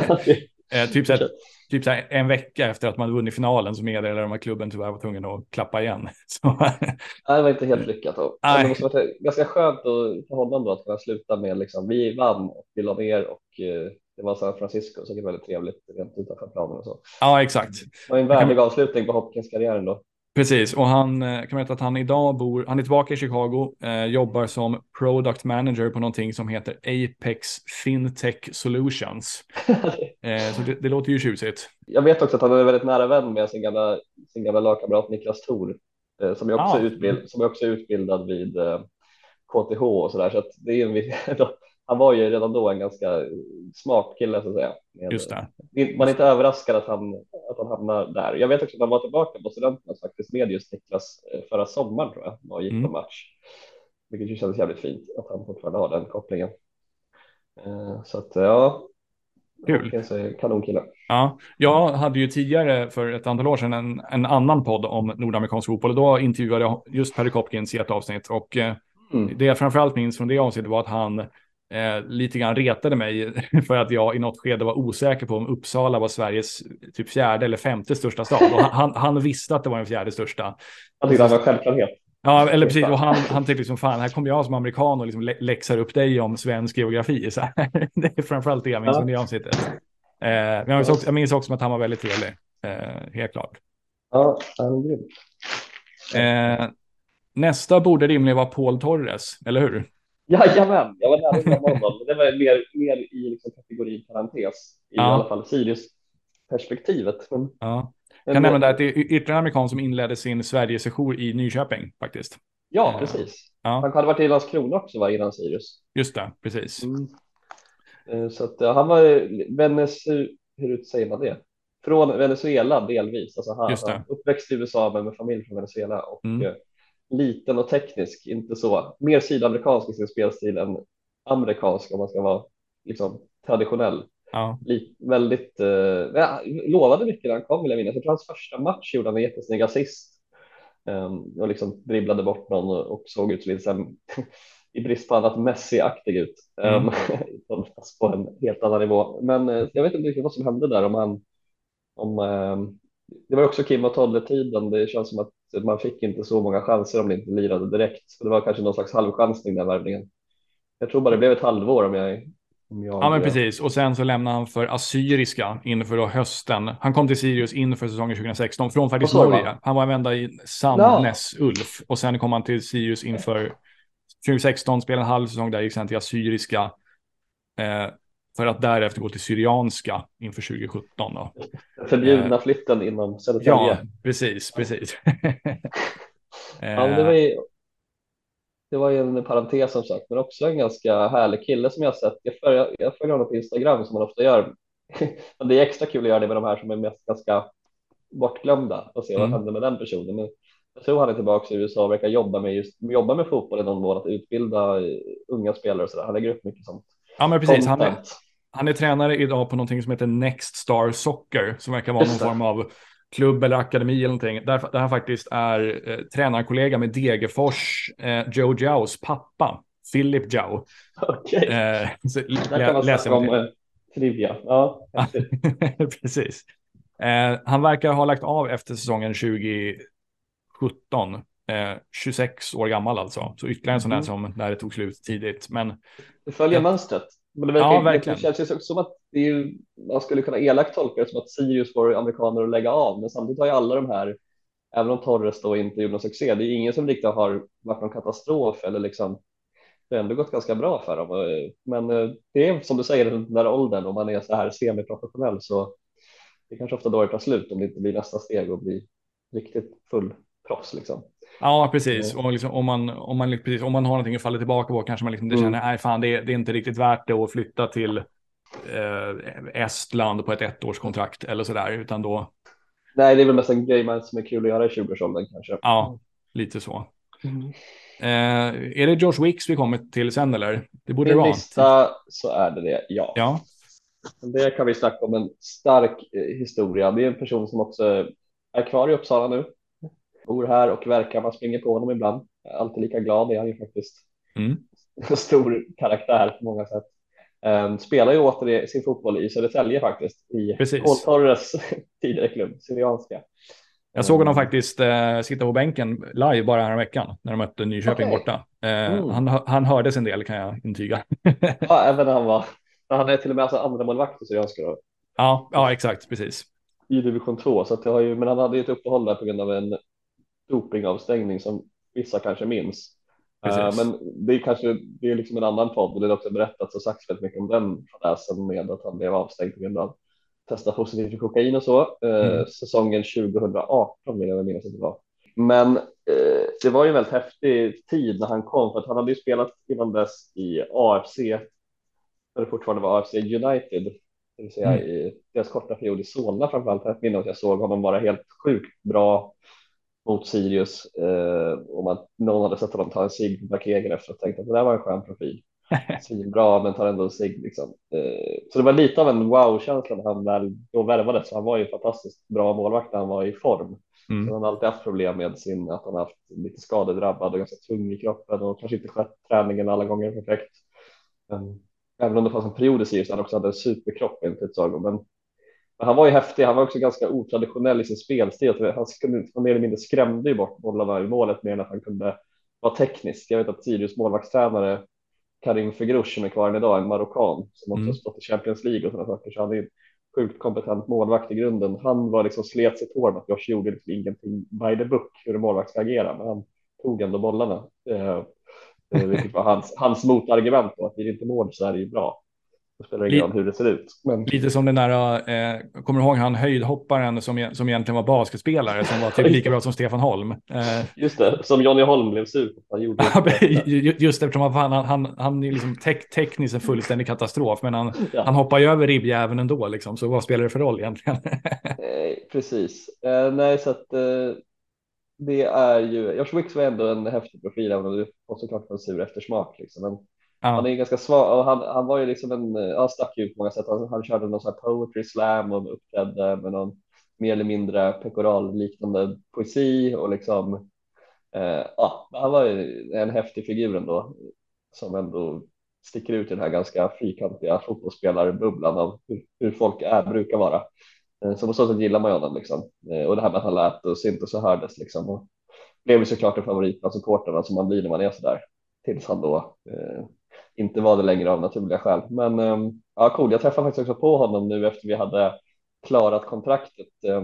S1: typ så här, en vecka efter att man vunnit finalen så meddelade de att klubben tyvärr var tvungen att klappa igen. Så.
S2: Nej, det var inte helt lyckat då. Det måste vara ganska skönt för honom då att kunna sluta med liksom, vi vann och vi la ner och det var San Francisco, så det var väldigt trevligt rent utanför planen och så.
S1: Ja, exakt.
S2: Det var en värdig avslutning på Hopkins karriären då.
S1: Precis, och han kan veta att han idag han är tillbaka i Chicago, jobbar som product manager på någonting som heter Apex Fintech Solutions. Så det låter ju tjusigt.
S2: Jag vet också att han är väldigt nära vän med sin gamla lagkamrat Niklas Thor, som är också utbildad vid KTH och sådär, så att det är han var ju redan då en ganska smart kille så att säga.
S1: Just det.
S2: Man är inte överraskad att han hamnar där. Jag vet också att han var tillbaka på studenterna faktiskt med just Niklas förra sommaren tror jag och gick på match. Vilket ju kändes jävligt fint att han fortfarande har den kopplingen. Så att ja.
S1: Kul.
S2: Hopkins är kanonkille.
S1: Ja, jag hade ju tidigare för ett antal år sedan en annan podd om nordamerikansk fotboll och då intervjuade jag just Perry Hopkins i ett avsnitt och det jag framförallt minns från det avsnittet var att han lite grann retade mig för att jag i något skede var osäker på om Uppsala var Sveriges typ 4:e eller 5:e största stad och han visste att det var den 4:e största.
S2: Jag tyckte det var en självklarhet.
S1: Ja, eller precis. Och han tyckte liksom, fan, här kommer jag som amerikan och liksom läxar upp dig om svensk geografi. Så här. Det är framförallt det jag minns från det avsnittet. Men jag minns också att han var väldigt trevlig. Helt klart.
S2: Ja, han är grym.
S1: Nästa borde rimligen vara Paul Torres, eller hur?
S2: Jajamän, jag var nära att glömma honom. Det var mer i liksom kategorin parentes. I alla fall Sirius-perspektivet.
S1: Ja. Kan nämna att det är ytterligare en amerikan som inledde sin Sverige-session i Nyköping faktiskt.
S2: Ja, precis. Ja. Han hade varit i Landskrona också innan Sirius.
S1: Just det, precis.
S2: Så att han var hur säger man det? Från Venezuela delvis. Alltså han uppväxt i USA men med familj från Venezuela och liten och teknisk, inte så mer sydamerikansk i sin spelstil än amerikansk om man ska vara liksom traditionell.
S1: Ja.
S2: Väldigt lovade mycket när han kom, vill jag minnas. Jag tror hans första match gjorde han en jättesnygg assist och liksom dribblade bort någon och såg ut som i brist på annat Messi-aktig ut fast på en helt annan nivå. Men jag vet inte riktigt vad som hände där det var också Kim och Tolle-tiden. Det känns som att man fick inte så många chanser om det inte lirade direkt. Så det var kanske någon slags halvchansning den värvningen. Jag tror bara det blev ett halvår om jag
S1: Ja, men precis. Och sen så lämnade han för Assyriska inför då hösten. Han kom till Sirius inför säsongen 2016 från faktiskt Norge. Han var en vända i Sandnes Ulf. Och sen kom han till Sirius inför 2016, spelade en halv säsong där, gick sen till Assyriska. För att därefter gå till Syrianska inför 2017 då.
S2: Förbjudna flytten inom Södertälje.
S1: Ja, precis.
S2: Det var ju en parentes som sagt, men också en ganska härlig kille som jag sett. Jag följer honom på Instagram som man ofta gör. Men det är extra kul att göra det med de här som är mest ganska bortglömda och se vad händer med den personen. Men jag tror han är tillbaka i USA och verkar jobba med fotboll i någon mån, att utbilda unga spelare och så där. Han lägger upp mycket sånt.
S1: Ja, men precis. Han är tränare idag på någonting som heter Next Star Soccer som verkar vara någon form av klubb eller akademi eller någonting. Där han faktiskt är tränarkollega med Degerfors Joe Jaus pappa, Philip Jau.
S2: Okej. Där kan man snacka om trivia. Ja,
S1: precis. Han verkar ha lagt av efter säsongen 2017. 26 år gammal alltså. Så ytterligare en sån där som där det tog slut tidigt. Men
S2: det följer mönstret. Men det verkligen. Det känns ju som att det är ju, man skulle kunna elakt tolka det som att Sirius får amerikaner att lägga av. Men samtidigt har ju alla de här, även om Torres då inte gjorde någon succé, det är ingen som riktigt har varit någon katastrof eller liksom, det har ändå gått ganska bra för dem. Men det är som du säger, den där åldern, om man är så här semiprofessionell så det kanske ofta då tar slut om det inte blir nästa steg och blir riktigt full proffs liksom.
S1: Ja, precis. Och liksom, om man har någonting att falla tillbaka på kanske man liksom känner, nej fan, det är inte riktigt värt det att flytta till Estland på ett 1-årskontrakt eller sådär, utan då...
S2: Nej, det är väl mest en grej som är kul att göra i 20-årsåldern kanske.
S1: Ja, lite så. Är det Josh Wicks vi kommer till sen eller? Det borde vara.
S2: Lista så är det, ja. Det kan vi snacka om, en stark historia. Det är en person som också är kvar i Uppsala nu. Bor här och verkar, man springer på honom ibland. Alltid lika glad är han ju faktiskt. Stor karaktär på många sätt. Spelar ju åter sin fotboll i Södertälje faktiskt. I Paul Torres tidigare klubb, Syrianska.
S1: Jag såg honom faktiskt sitta på bänken live bara här veckan när de mötte Nyköping borta. Han hördes en del kan jag intyga.
S2: Ja, även han är till och med alltså andra målvakt i Syrianska då.
S1: Ja, exakt, precis.
S2: I division 2, så att men han hade ju ett uppehåll där på grund av en dopingavstängning som vissa kanske minns. Men det är liksom en annan podd och det är också berättat och sagt väldigt mycket om den fadäsen med att han blev avstängd på grund av testa positivt för kokain och så. Säsongen 2018 vill jag minnas att det var. Men det var ju en väldigt häftig tid när han kom, för att han hade ju spelat innan dess i AFC, när det fortfarande var AFC United, det vill säga i deras korta period i Solna framförallt. Jag minns att jag såg honom vara helt sjukt bra mot Sirius, om att någon hade sett honom ta en cigg på parkeringen efter och tänkt att det där var en skön profil. svinbra men tar ändå sig liksom. Så det var lite av en wow-känsla när han väl då värvades. Han var ju fantastiskt bra målvakt när han var i form. Så han har alltid haft problem med att han har haft lite skadedrabbad och ganska tung i kroppen och kanske inte skött träningen alla gånger perfekt. Men, även om det fanns en period i Sirius han också hade en superkropp enligt utsagor. Men han var ju häftig. Han var också ganska otraditionell i sin spelstil. Han mer eller mindre skrämde ju bort bollarna i målet mer än att han kunde vara teknisk. Jag vet att Sirius målvaktstränare Karim Fegrouche som är kvar än idag, en marockan som också har stått i Champions League och sådana saker. Så han är en sjukt kompetent målvakt i grunden. Han var liksom slet sitt hår med att Josh gjorde liksom ingenting by the book hur en målvakt ska agera, men han tog ändå bollarna. Vilket var hans motargument på att det är inte mål så är det ju bra. Det spelar ingen roll hur det ser ut. Men...
S1: Lite som den där, kommer du ihåg han höjdhopparen som egentligen var basketspelare som var typ lika bra som Stefan Holm.
S2: Just det, som Johnny Holm blev sur på. Han gjorde
S1: just eftersom att han är liksom tekniskt en fullständig katastrof, men han hoppar ju över ribbjäveln ändå liksom, så vad spelar det för roll egentligen?
S2: Precis. Nej, så att det är ju, Josh Wicks var ändå en häftig profil även om du får såklart en sur eftersmak liksom. Men han är ganska svag och han var ju liksom han stack ut på många sätt. Han körde någon sån här poetry slam och uppträdde med någon mer eller mindre pekoral liknande poesi och liksom han var ju en häftig figur ändå som ändå sticker ut i den här ganska fyrkantiga fotbollsspelarbubblan av hur folk brukar vara. Så på så sätt gillar man ju honom liksom. Och det här med att han lät och syntes och hördes liksom. Och blev ju såklart en favorit bland supporterna som man blir när man är så där. Tills han då inte var det längre av naturliga skäl. Men ja, cool. Jag träffade faktiskt också på honom nu efter vi hade klarat kontraktet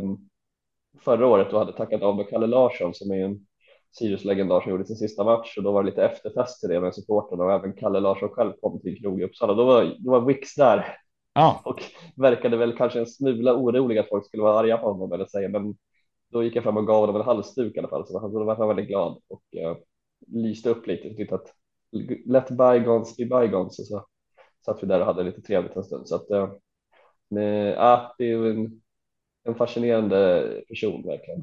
S2: förra året och hade tackat av med Kalle Larsson som är en Sirius-legendar som gjorde sin sista match och då var det lite efterfest till det med supporterna och även Kalle Larsson själv kom till krog i Uppsala. Då var Wicks där. Och verkade väl kanske en smula orolig att folk skulle vara arga på honom eller säga, men då gick jag fram och gav honom en halsduk i alla fall, så han var väldigt glad och lyste upp lite att let bygons be bygons, och så satt vi där och hade lite trevligt en stund. Så att det är ju en fascinerande person verkligen.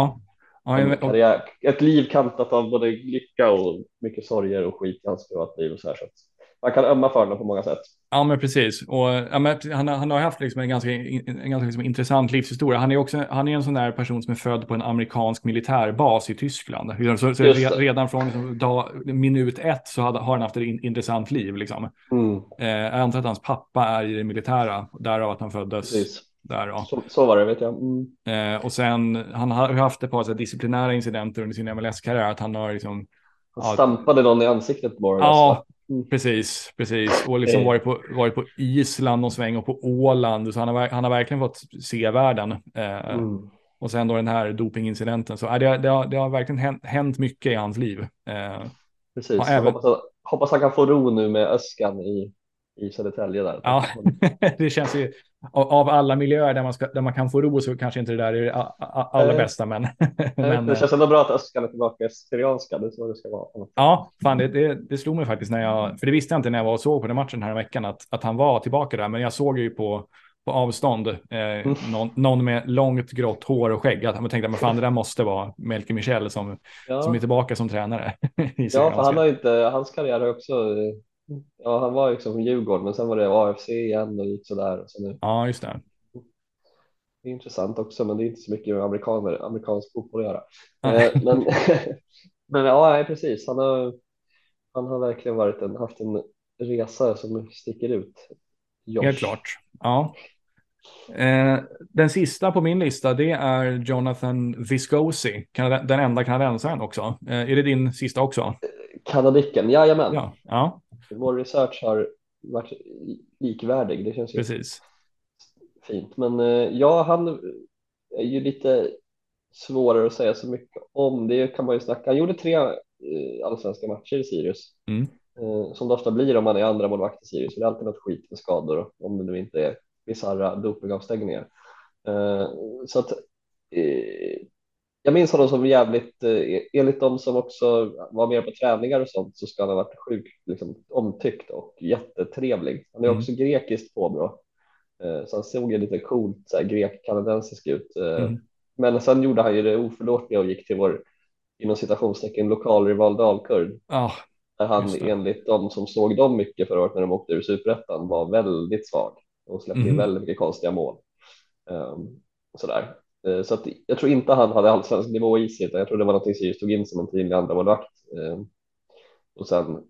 S2: Ett liv kantat av både lycka och mycket sorger och skit i hans privatliv och så här, så att man kan ömma för honom på många sätt.
S1: Ja, men precis. Och han har haft liksom en ganska liksom intressant livshistoria. Han är en sån där person som är född på en amerikansk militärbas i Tyskland. Så redan från liksom minut 1 så har han haft ett intressant liv. Liksom. Jag antar att hans pappa är i det militära, därav att han föddes. Precis. Där,
S2: så var det, vet jag.
S1: Och sen, han har haft ett par så disciplinära incidenter under sin MLS-karriär. Att han har liksom...
S2: Han stampade någon i ansiktet på
S1: Precis. Och liksom varit på Island och sväng och på Åland. Så han har verkligen fått se världen. Och sen då den här dopingincidenten. Så det har verkligen hänt mycket i hans liv.
S2: Precis. Hoppas han kan få ro nu med Öskan i Södertälje där.
S1: Ja, det känns ju av alla miljöer där man kan få ro, så kanske inte det där är det allra bästa, men
S2: det känns ändå bra att Öskan är tillbaka i Syrianska, det är så det ska vara.
S1: Ja, fan, det slog mig faktiskt för det visste jag inte när jag var och såg på den matchen här veckan att han var tillbaka där, men jag såg ju på avstånd någon med långt grått hår och skägg. Jag tänkte, men fan, det där måste vara Melke Michel som är tillbaka som tränare.
S2: Ja, för han har inte, hans karriär har också han var liksom från Djurgården, men sen var det AFC igen och lite sådär. Så nu.
S1: Ja, just det.
S2: Det är intressant också, men det är inte så mycket med amerikansk fotboll att göra. Men ja, precis. Han har verkligen haft en resa som sticker ut. Josh.
S1: Helt klart. Ja. Den sista på min lista, det är Jonathan Viscosi, den enda kanadensaren också. Är det din sista också?
S2: Kanadicken, jajamän.
S1: Ja.
S2: Vår research har varit likvärdig, det känns ju
S1: precis
S2: fint. Men han är ju lite svårare att säga så mycket om. Det kan man ju snacka. Han gjorde 3 allsvenska matcher i Sirius. Som det ofta blir om man är andra målvakt i Sirius. Det är alltid något skit med skador, om det nu inte är bisarra dopingavstängningar. Så att jag minns honom som jävligt, enligt de som också var med på träningar och sånt, så ska han ha varit sjukt liksom, omtyckt och jättetrevlig. Han är också grekiskt påbrå. Så han såg ju lite coolt grek-kanadensisk ut. Men sen gjorde han ju det oförlåtliga och gick till vår, inom citationstecken, lokalrival Dalkurd. Där han enligt de som såg dem mycket förra året när de åkte ur Superettan var väldigt svag och släppte in väldigt mycket konstiga mål. Sådär. Så att jag tror inte han hade allsvensk nivå i sig, utan jag tror det var någonting Sirius tog in som en tydlig andra målvakt. Och sen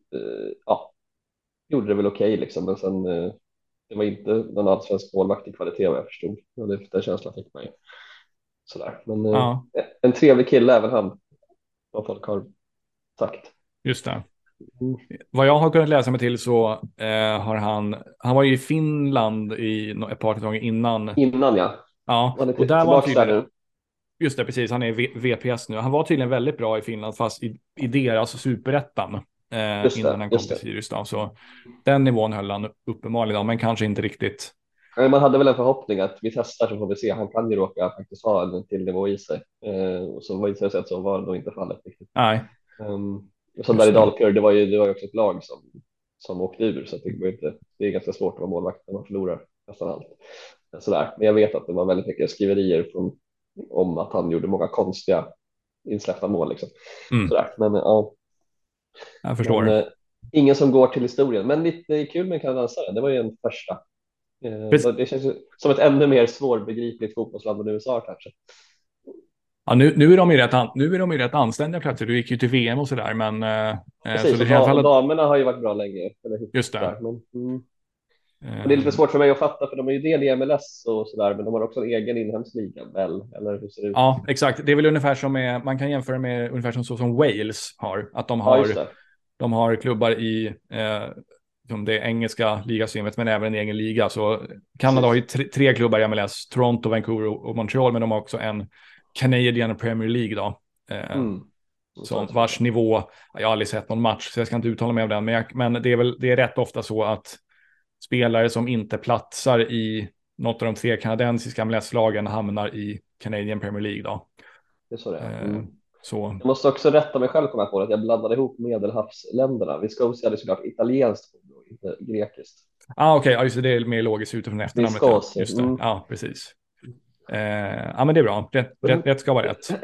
S2: gjorde det väl okej liksom, men sen det var inte någon allsvensk målvakt i kvalitet vad jag förstod. Och den känslan fick man ju. Sådär. Men en trevlig kille även han, vad folk har sagt.
S1: Just det. Vad jag har kunnat läsa mig till så har han var ju i Finland i ett par säsonger innan.
S2: Ja.
S1: Ja, och där var han tydligen, just det, precis, han är VPS nu. Han var tydligen väldigt bra i Finland, fast i deras superettan innan han kom till Sirius då. Så den nivån höll han uppenbarligen, men kanske inte riktigt.
S2: Man hade väl en förhoppning att vi testar så får vi se. Han kan ju råka faktiskt ha en till nivå i sig. Och så var det så var det nog inte fallet riktigt.
S1: Nej.
S2: Som där i Dalkurd, det var ju också ett lag som åkte ur, så det är ganska svårt att vara målvakt när man förlorar nästan allt. Sådär. Men jag vet att det var väldigt mycket skriverier om att han gjorde många konstiga insläppta mål liksom. Sådär. Men ja,
S1: jag förstår.
S2: Ingen som går till historien, men lite kul med kanadensare. Det var ju en första. Det känns som ett ännu mer svårbegripligt fotbollsland än USA kanske.
S1: Ja, nu är de ju rätt anständiga plötsligt. Du gick ju till VM och sådär, men
S2: precis, så det fall att damerna har ju varit bra länge.
S1: Just det.
S2: Och det är lite svårt för mig att fatta, för de är ju del i MLS och sådär, men de har också en egen inhemsk liga, väl? Eller hur ser det ut?
S1: Ja, exakt. Det är väl ungefär som man kan jämföra med ungefär som Wales har. Att de har klubbar i det engelska ligasystemet, men även en egen liga. Så Kanada har ju tre klubbar i MLS, Toronto, Vancouver och Montreal, men de har också en Canadian Premier League då. Så vars nivå, jag har aldrig sett någon match, så jag ska inte uttala mig om den, men det är rätt ofta så att spelare som inte platsar i något av de tre kanadensiska MLS-lagen hamnar i Canadian Premier League då.
S2: Det är så det är.
S1: Så.
S2: Jag måste också rätta mig själv, komma på att jag blandade ihop medelhavsländerna. Viscosi hade såklart italienskt och inte grekiskt.
S1: Okej. Ja, just det är mer logiskt utifrån efternamnet.
S2: Viscosi.
S1: Just det. Ja, precis. Men det är bra. Rätt ska vara rätt.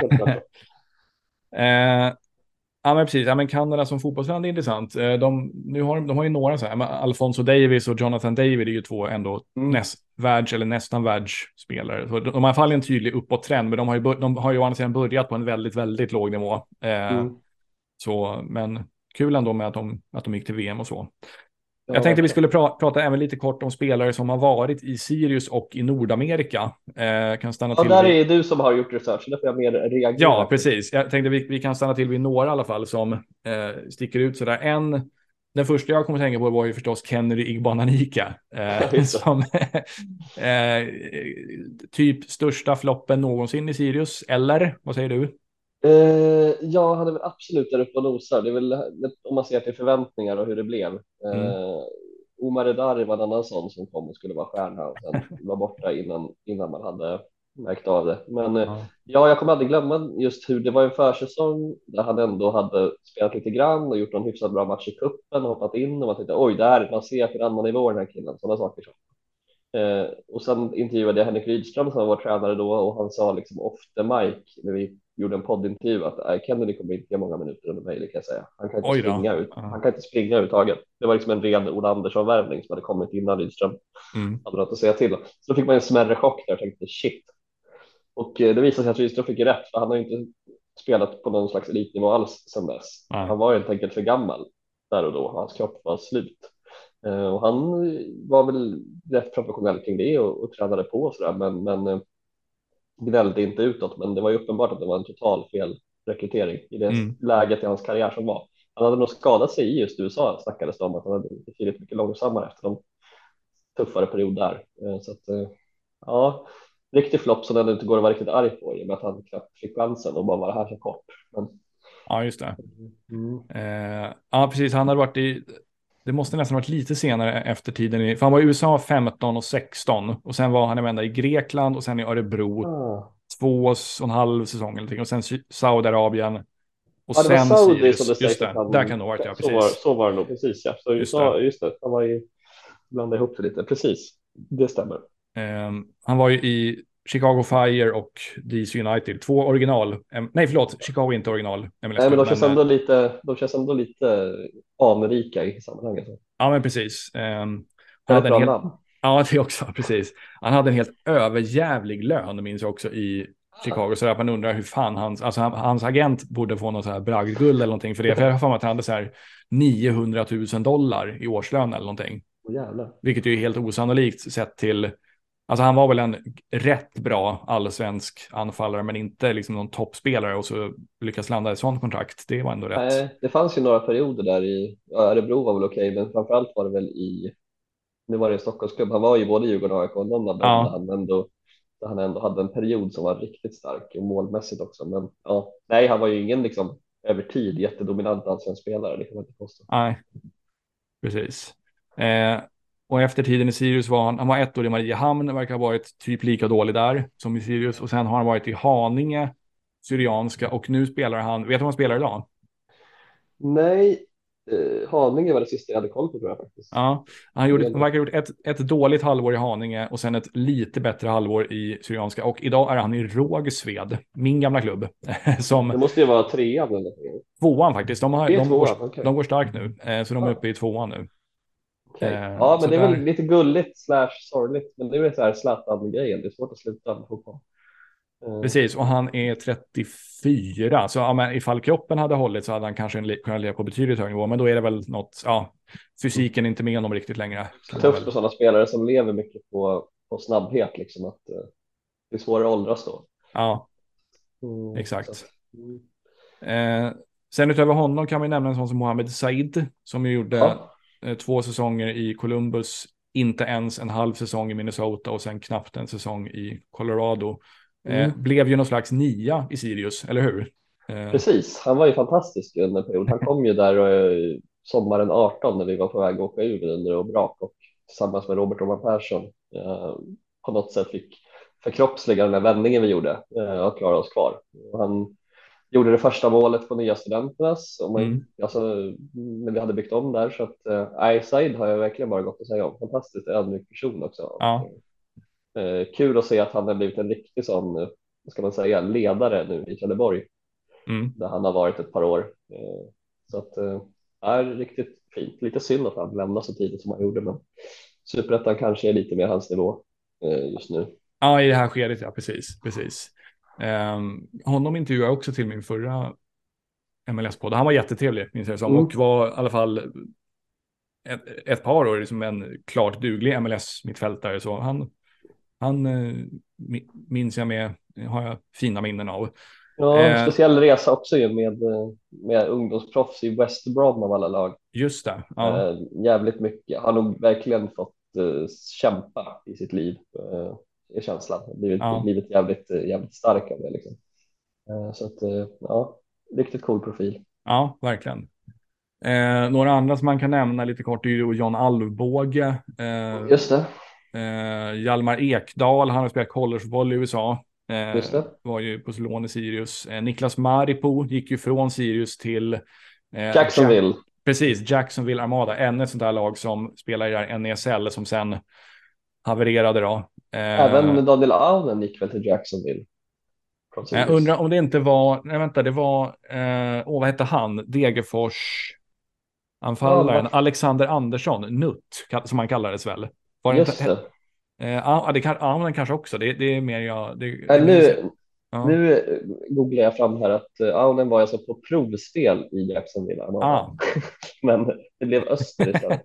S1: Ja, men precis. Ja, men Kanada som fotbollsland är intressant. De har ju några så här. Alfonso Davis och Jonathan David är ju två ändå nästan världsspelare. Så de har i alla fall en tydlig uppåttrend, men de har ju å andra sidan börjat på en väldigt, väldigt låg nivå. Så, men kul ändå med att de gick till VM och så. Jag tänkte vi skulle prata även lite kort om spelare som har varit i Sirius och i Nordamerika. Kan stanna till
S2: där är du som har gjort research, där får jag mer reagera.
S1: Ja, precis. Jag tänkte vi kan stanna till vid några i alla fall som sticker ut sådär. Den första jag kommer att tänka på var ju förstås Kennedy Igbonanika. Som typ största floppen någonsin i Sirius, eller? Vad säger du?
S2: Ja, han är väl absolut där uppe och nosar. Det är väl, om man ser till förväntningar och hur det blev. Omar Edari var en annan sån som kom och skulle vara stjärna och sen var borta innan man hade märkt av det. Men jag kommer aldrig glömma just hur det var en försäsong där han ändå hade spelat lite grann och gjort en hyfsat bra match i kuppen och hoppat in och man tänkte oj, man ser på en annan nivå den här killen, sådana saker. Och sen intervjuade jag Henrik Rydström som var tränare då och han sa liksom off the mic när vi gjorde en poddintervju att Kennedy kommer inte ge många minuter under mig, kan jag säga. Han kan inte springa ut. Han kan inte springa överhuvudtaget. Det var liksom en ren Ola Andersson-värvning som hade kommit innan Rydström hade något att säga till. Så då fick man en smärre chock där och tänkte shit. Och det visade sig att Rydström fick rätt, för han har ju inte spelat på någon slags elitnivå alls sedan dess. Han var helt enkelt för gammal där och då. Hans kropp var slut. Och han var väl rätt professionell kring det och tränade på och sådär, men gnällde inte utåt, men det var ju uppenbart att det var en total fel rekrytering i det läget i hans karriär som var. Han hade nog skadat sig i just USA, snackades det om, att han hade betydligt mycket långsammare efter en tuffare period där. Så att riktig flopp som den inte går att vara riktigt arg på i och med att han knappt fick chansen och bara var här så kort. Men...
S1: Ja, just det. Precis, han hade varit det måste nästan varit lite senare efter tiden. För han var i USA 15 och 16. Och sen var han även i Grekland och sen i Örebro 2,5 säsonger. Eller någonting. Och sen Saudiarabien. Och
S2: det
S1: sen
S2: var Saudi
S1: Sirius.
S2: som det
S1: just det, där kan det ha varit, ja, precis.
S2: Så var det nog, precis. Ja. Så just det. Han var ju blandade ihop det lite. Precis, det stämmer.
S1: Han var ju i Chicago Fire och DC United. 2 original. Nej, förlåt. Chicago är inte original.
S2: Nej, men de känns ändå lite anrika i sammanhanget.
S1: Ja, men precis.
S2: Det är ett bra namn.
S1: Ja, det också, precis. Han hade en helt överjävlig lön, minns jag också, i Chicago. Så att man undrar hur fan hans agent borde få någon så här bragdguld eller någonting för det. För jag har för mig att han hade så här $900,000 i årslön eller någonting.
S2: Jävlar.
S1: Vilket är ju helt osannolikt sett till... Alltså han var väl en rätt bra allsvensk anfallare, men inte liksom någon toppspelare, och så lyckas landa ett sånt kontrakt. Det var ändå rätt.
S2: Nej, det fanns ju några perioder där i Örebro var väl okej, men framförallt var det väl nu var det i Stockholmsklubb. Han var ju både Djurgården och AIK och någon av dem där han ändå hade en period som var riktigt stark och målmässigt också. Men ja, nej, han var ju ingen liksom över tid jättedominant allsvensk spelare, det kan man inte påstå.
S1: Nej, precis. Och efter tiden i Sirius var han var 1 år i Mariehamn, verkar ha varit typ lika dålig där som i Sirius. Och sen har han varit i Haninge, Syrianska, och nu spelar han, vet du vad han spelar idag?
S2: Nej, Haninge var det sista jag hade koll på, tror jag faktiskt.
S1: Ja, han verkar ha gjort ett dåligt halvår i Haninge och sen ett lite bättre halvår i Syrianska. Och idag är han i Rågsved, min gamla klubb. Som
S2: det måste ju vara 3:an eller
S1: 2:an faktiskt. De går starkt nu, så de är uppe i 2:an nu.
S2: Okay. Ja, men det är väl lite gulligt / sorgligt, men det är väl så här Zlatan-grejen. Det är svårt att sluta med fotboll.
S1: Precis, och han är 34, så ja, men ifall kroppen hade hållit så hade han kanske kunnat leva på betydligt högre nivå, men då är det väl något, ja, fysiken är inte med honom riktigt längre.
S2: Tufft för sådana spelare som lever mycket på snabbhet, liksom, att det är svårare att åldras då.
S1: Ja, exakt. Sen utöver honom kan vi nämna en sån som Mohamed Said, som ju gjorde 2 säsonger i Columbus, inte ens en halv säsong i Minnesota och sen knappt en säsong i Colorado. Blev ju någon slags 9 i Sirius, eller hur?
S2: Precis, han var ju fantastisk under period. Han kom ju där sommaren 18 när vi var på väg att åka ur under och brak, och tillsammans med Robert Roman Persson på något sätt fick förkroppsliga den här vändningen vi gjorde och klara oss kvar. Han gjorde det första målet på nya studenternas alltså, när vi hade byggt om där, så att Said har jag verkligen bara gått att säga om. Fantastiskt ödmjuk person också.
S1: Ja.
S2: Kul att se att han har blivit en riktig sån, ska man säga, ledare nu i Trelleborg, där han har varit ett par år. Så att är riktigt fint. Lite synd att han lämnade så tidigt som han gjorde, men Superettan kanske är lite mer hans nivå just nu.
S1: Ja, i det här skedet, ja, precis. Honom intervjuade jag också till min förra MLS-podd. Han var jättetrevlig, minns jag som, och var i alla fall ett par år liksom en klart duglig MLS-mittfältare, så han minns jag har jag fina minnen av.
S2: Ja, speciell resa också ju med ungdomsproffs i West Brom av alla lag.
S1: Just det. Ja.
S2: Jävligt mycket. Han har nog verkligen fått kämpa i sitt liv, är känslan. Blivit jävligt stark av det liksom. Så att ja, riktigt cool profil.
S1: Ja, verkligen. Några andra som man kan nämna lite kort är ju John Alvbåge.
S2: Just det.
S1: Hjalmar Ekdal, han har spelat collegevolley i USA.
S2: Just det.
S1: Var ju på lån i Sirius. Niklas Maripo gick ju från Sirius till
S2: Jacksonville.
S1: Precis, Jacksonville Armada. Ännu ett sånt där lag som spelar i där NESL som sen havererade då.
S2: Även Daniel Aunen gick väl till Jacksonville.
S1: Jag undrar om det inte var, nej vänta, det var, vad hette han? Degerfors anfallaren, Alexander Andersson, Nutt, som han kallades väl. Var det
S2: just
S1: inte, det. Ja, kanske också. Det är mer jag...
S2: Nu googlar jag fram här att Aunen var alltså på provspel i Jacksonville. Men det blev Öster istället.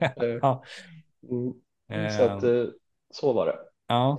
S2: Så att så var det.
S1: Ja.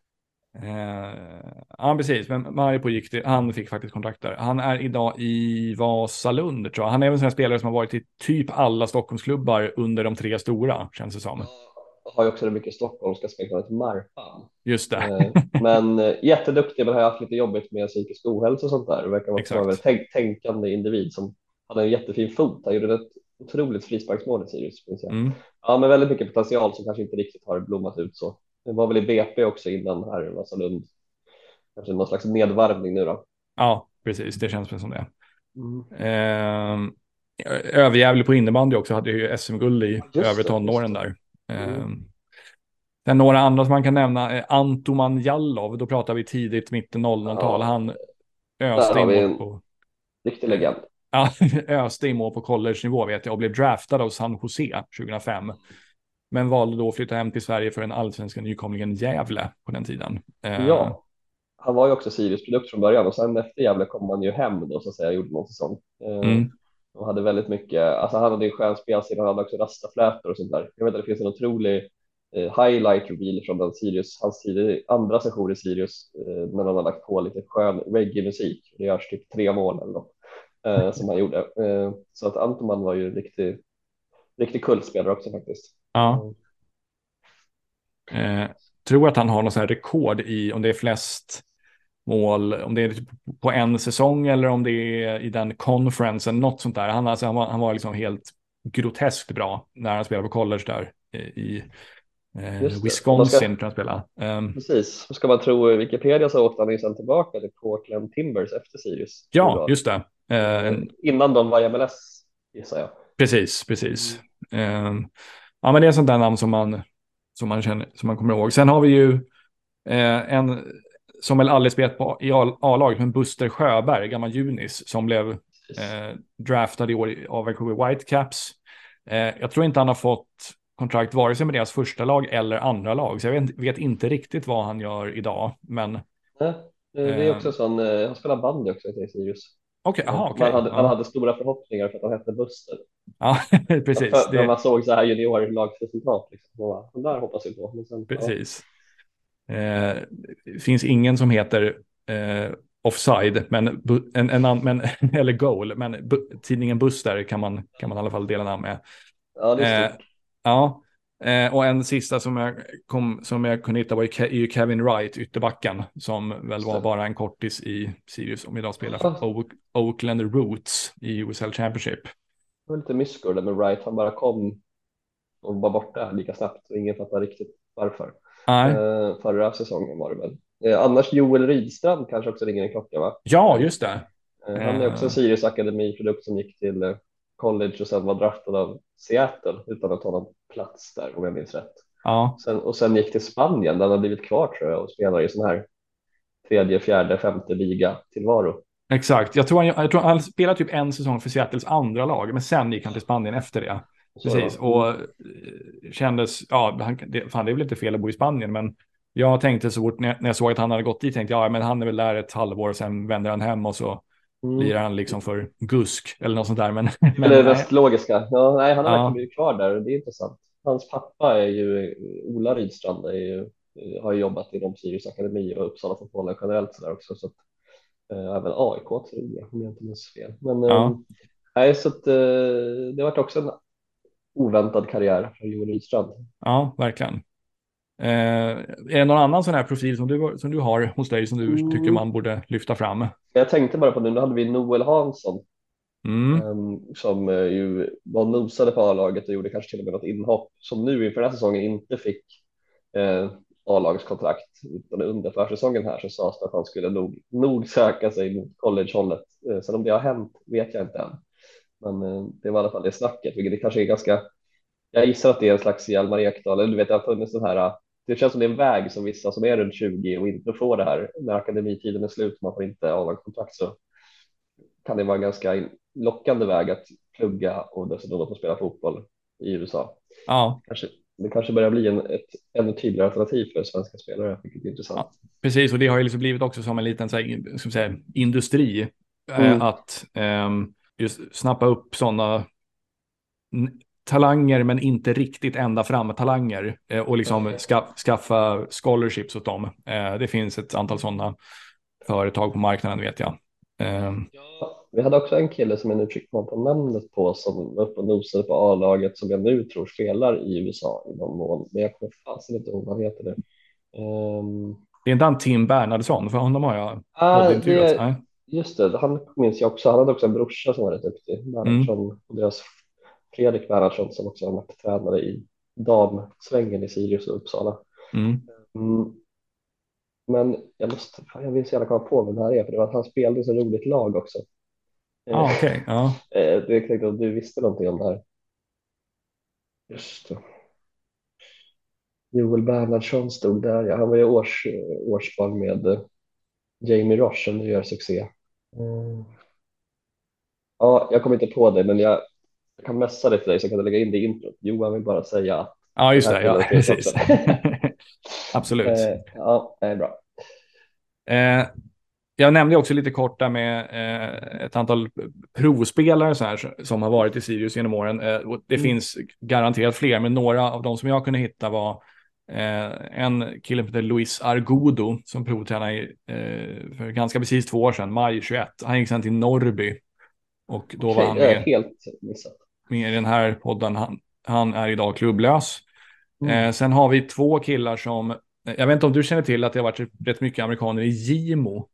S1: Ja, precis. Men Maripo han fick faktiskt kontrakt där. Han är idag i Vasalund, tror jag. Han är en sån här spelare som har varit i typ alla Stockholmsklubbar under de 3 stora, känns det som.
S2: Har ju också det mycket stockholmska smeknamnet Marfan.
S1: Just det.
S2: Men jätteduktig, men har haft lite jobbigt med psykisk ohälsa och sånt där. Det verkar vara en tänkande individ som hade en jättefin fot. Han gjorde ett otroligt frisparksmål i Sirius. Ja, men väldigt mycket potential som kanske inte riktigt har blommat ut så. Det var väl i BP också innan här i Vasalund. Kanske någon slags nedvarvning nu då.
S1: Ja, precis. Det känns väl som det. Överjävlig på innebandy också. Hade ju SM-guld i över tonåren där. Sen några andra som man kan nämna är Antoman Jallov. Då pratar vi tidigt, mitten 00-tal.
S2: Ja,
S1: Han
S2: där
S1: öste i
S2: har vi
S1: mål
S2: en
S1: på...
S2: riktig
S1: Eh,
S2: legend.
S1: ja, öste i mål på college-nivå vet jag och blev draftad av San Jose 2005. Men valde då att flytta hem till Sverige för den allsvenska nykomlingen Gävle på den tiden.
S2: Ja, han var ju också Sirius produkt från början och sen efter Gävle kom han ju hem då så att säga, gjorde någon säsong.
S1: Mm.
S2: Och hade väldigt mycket, alltså han hade en skön spelstil, han hade också rastaflätor och sånt där. Jag vet att det finns en otrolig highlight reel från den Sirius, hans tidigare andra session i Sirius när han har lagt på lite skön reggae-musik. Det görs typ 3 mål eller något som han gjorde. Så att Antoman var ju en riktig kultspelare också faktiskt.
S1: Ja. Tror att han har något så här rekord i om det är flest mål, om det är typ på en säsong eller om det är i den conferensen, något sånt där. Han var liksom helt groteskt bra när han spelade på college där i Wisconsin tror jag han spelade.
S2: Precis, ska man tro Wikipedia så åkte han ju sen tillbaka till Portland Timbers efter Sirius.
S1: Ja, just det.
S2: Innan de var i MLS gissar jag.
S1: Precis. Ja, men det är sånt där namn som man känner, som man kommer ihåg. Sen har vi ju en som väl aldrig spelat på i A-laget, men Buster Sjöberg, gammal Junis, som blev draftad i år av Vancouver Whitecaps. Jag tror inte han har fått kontrakt vare sig med deras första lag eller andra lag, så jag vet inte riktigt vad han gör idag, men...
S2: Det är också sån, han spelar bandy också i Sirius.
S1: Okej.
S2: Han hade stora förhoppningar för att han hette Buster.
S1: Ja, precis.
S2: När man såg så här juniorlagsresultat, liksom, den där hoppas vi på. Men sen,
S1: precis. Finns ingen som heter offside, men eller goal, men tidningen Buster kan man i alla fall dela namn med.
S2: Ja, det är stort.
S1: Ja, och en sista som jag kunde hitta var ju Kevin Wright, ytterbacken, som väl var bara en kortis i Sirius, som idag spelar för Oakland Roots i USL Championship.
S2: Det var lite missgård med Wright, han bara kom och var borta lika snabbt och ingen fattar riktigt varför. Förra säsongen var det väl. Annars Joel Rydstrand kanske också ringer en klocka, va?
S1: Ja, just det.
S2: Han är också en Sirius akademiprodukt som gick till college och sen var draftad av Seattle utan att ta någon plats där om jag minns rätt.
S1: Ja.
S2: Sen gick till Spanien där han har blivit kvar tror jag och spelar i sån här 3:e, 4:e, 5:e liga tillvaro.
S1: Exakt, jag tror han spelade typ en säsong för Seattles andra lag, men sen gick han till Spanien efter det. Precis, och kändes, det är väl inte fel att bo i Spanien, men jag tänkte så fort när jag såg att han hade gått dit, tänkte jag, men han är väl där ett halvår och sen vänder han hem och så blir han liksom för gusk eller något sånt där. Men
S2: det mest logiska. Ja, nej, han har verkligen blivit kvar där och det är intressant. Hans pappa är ju Ola Rydstrand, har jobbat inom Sirius akademi och Uppsala fotbollen generellt så där också, så att även AIK tror jag, om jag inte minns fel. Men nej, så att det har varit också en oväntad karriär för Joel Rydstrand.
S1: Ja, verkligen. Är det någon annan sån här profil som du har hos dig som du tycker man borde lyfta fram?
S2: Jag tänkte bara på nu hade vi Noel Hansson som ju var nosade på A-laget och gjorde kanske till och med något inhopp som nu inför den här säsongen inte fick A-lagskontrakt utan under försäsongen här så sades det att han skulle nog söka sig mot college-hållet. Sen om det har hänt vet jag inte än. Men det var i alla fall det snacket, vilket det kanske är ganska, jag gissar att det är en slags Hjalmar Ekdal, eller du vet, det har funnits den här, det känns som det är en väg som vissa som är runt 20 och inte får det här, när akademitiden är slut, man får inte A-lagskontrakt, så kan det vara en ganska lockande väg att plugga och dessutom få spela fotboll i USA.
S1: Ja.
S2: Det kanske börjar bli ett ännu tydligare alternativ för svenska spelare, vilket är intressant.
S1: Ja, precis, och det har ju liksom blivit också som en liten så här, ska säga, industri att just snappa upp sådana talanger men inte riktigt ända fram talanger och liksom skaffa scholarships åt dem. Det finns ett antal sådana företag på marknaden vet jag.
S2: Vi hade också en kille som jag nu fick på namnet på som var uppe och nosade på A-laget som jag nu tror spelar i USA i någon mån, men jag kommer fast inte ihåg vad han heter det.
S1: Det är inte han Tim Bernhardsson, för honom har jag
S2: intervjuat. Just det, han minns jag också. Han hade också en brorsa som var rätt duktig, Bernhardsson, och deras Fredrik Bernhardsson som också har varit tränare i damsvängen i Sirius och Uppsala. Men jag vill så gärna komma på vem det här är, för det var att han spelade i så roligt lag också.
S1: Okej.
S2: Jag tänkte att du visste någonting om det här. Just det. Joel Bernhardsson stod där. Ja, han var ju årsval med Jamie Roche som nu gör succé. Ja, jag kommer inte på det, men jag kan messa det till dig så kan du lägga in det i introt. Johan vill bara säga att
S1: Ja,
S2: den
S1: just
S2: här
S1: det. Ja,
S2: killen finns också.
S1: precis. Absolut.
S2: Ja, det är bra.
S1: Jag nämnde också lite kort där med ett antal provspelare så här, som har varit i Sirius genom åren. Och det finns garanterat fler, men några av de som jag kunde hitta var en kille som heter Luis Argudo som provtränade för ganska precis 2 år sedan, maj 21. Han gick sedan till Norrby och då var han med,
S2: helt missat.
S1: med i den här podden. Han är idag klubblös. Sen har vi 2 killar som, jag vet inte om du känner till att det har varit rätt mycket amerikaner i Gimo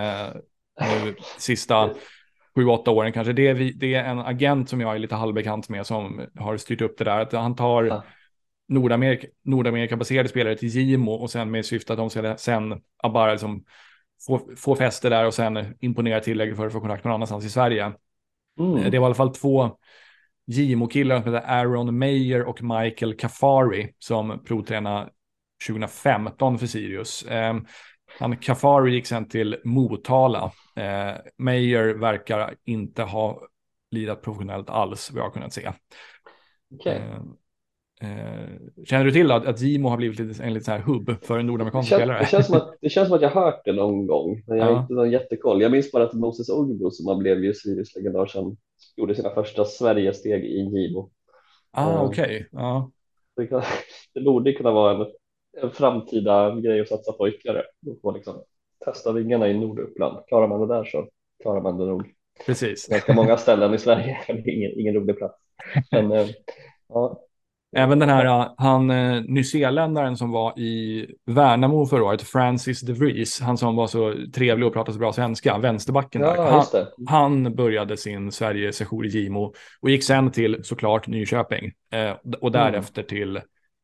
S1: nu sista 7-8 åren kanske. Det är en agent som jag är lite halvbekant med som har styrt upp det där. Att han tar Nordamerika-baserade spelare till Gimo och sen med syfte att de ska sen bara liksom få fäste där och sen imponera tillägg för att få kontakt med någon annanstans i Sverige. Det var i alla fall 2 Gimo-killar som heter Aaron Meyer och Michael Kafari som provtränade 2015 för Sirius. Kafari gick sen till Motala. Meyer verkar inte ha lidat professionellt alls, vad jag har kunnat se.
S2: Okay.
S1: Känner du till att Gimo har blivit en liten så här hubb för en nordamerikansk spelare?
S2: Det känns som att jag hört det någon gång, men jag har inte någon jättekoll. Jag minns bara att Moses Ogbu som han blev ju Sirius legendar sedan gjorde sina första Sverigesteg i Gimo.
S1: Okej. Ja.
S2: Det borde kunna vara en framtida grej att satsa på ytterligare. Och liksom testa vingarna i Norduppland. Klarar man det där så klarar man det nog.
S1: Precis.
S2: Ganska många ställen i Sverige, ingen rolig plats. Men, ja.
S1: Även den här nyzeeländaren som var i Värnamo förra året, Francis de Vries, han som var så trevlig och pratade så bra svenska, vänsterbacken där. Han började sin Sverige-session i Gimo och gick sen till såklart Nyköping och därefter till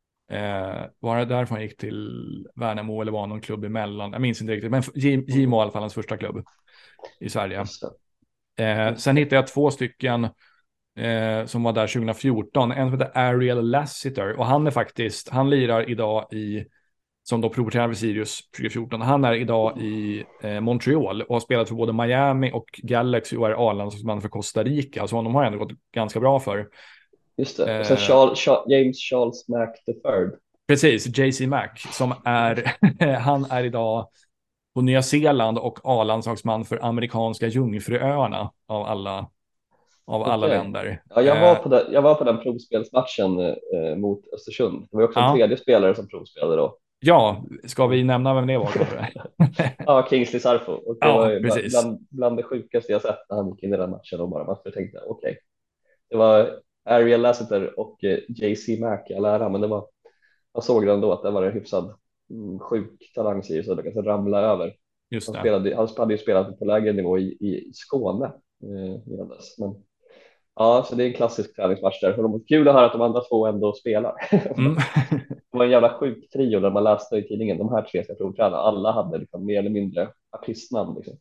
S1: var det därför han gick till Värnamo eller var någon klubb emellan, jag minns inte riktigt, men Gimo i alla fall hans första klubb i Sverige. Sen hittade jag 2 stycken som var där 2014. En som heter Ariel Lassiter och han lirar idag som då provtränare för Sirius 2014. Han är idag i Montreal och har spelat för både Miami och Galaxy och är A-landsman för Costa Rica. Så honom har ändå gått ganska bra för.
S2: Just det. Och sen James Charles Mack III.
S1: Precis, JC Mack som han är idag på Nya Zeeland och A-landslagsman för amerikanska Jungfruöarna av alla länder.
S2: Ja, jag var på den provspelsmatchen mot Östersund. Det var också en tredje spelare som provspelade då.
S1: Ja, ska vi nämna vem det var?
S2: Ja, Kingsley Sarfo. Och det var bland det sjukaste jag sett när han gick in i den matchen och bara man tänkte okej. Det var Ariel Lassiter och JC Mack i all ära, men jag såg ändå att det var en hyfsad sjuk talang så det kan ramla över.
S1: Just det.
S2: Han hade ju spelat på lägre nivå i Skåne. Men ja, så det är en klassisk träningsmatch där. Det var kul att höra att de andra 2 ändå spelar. Det var en jävla sjuk trio där man läste i tidningen. De här 3 ska provträna. Alla hade liksom mer eller mindre artistnamn. Liksom.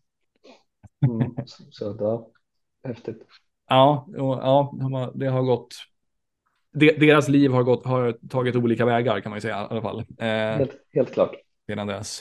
S2: Så det var häftigt.
S1: Ja, det har gått. Deras liv har tagit olika vägar kan man ju säga i alla fall.
S2: Helt klart.
S1: Sedan dess.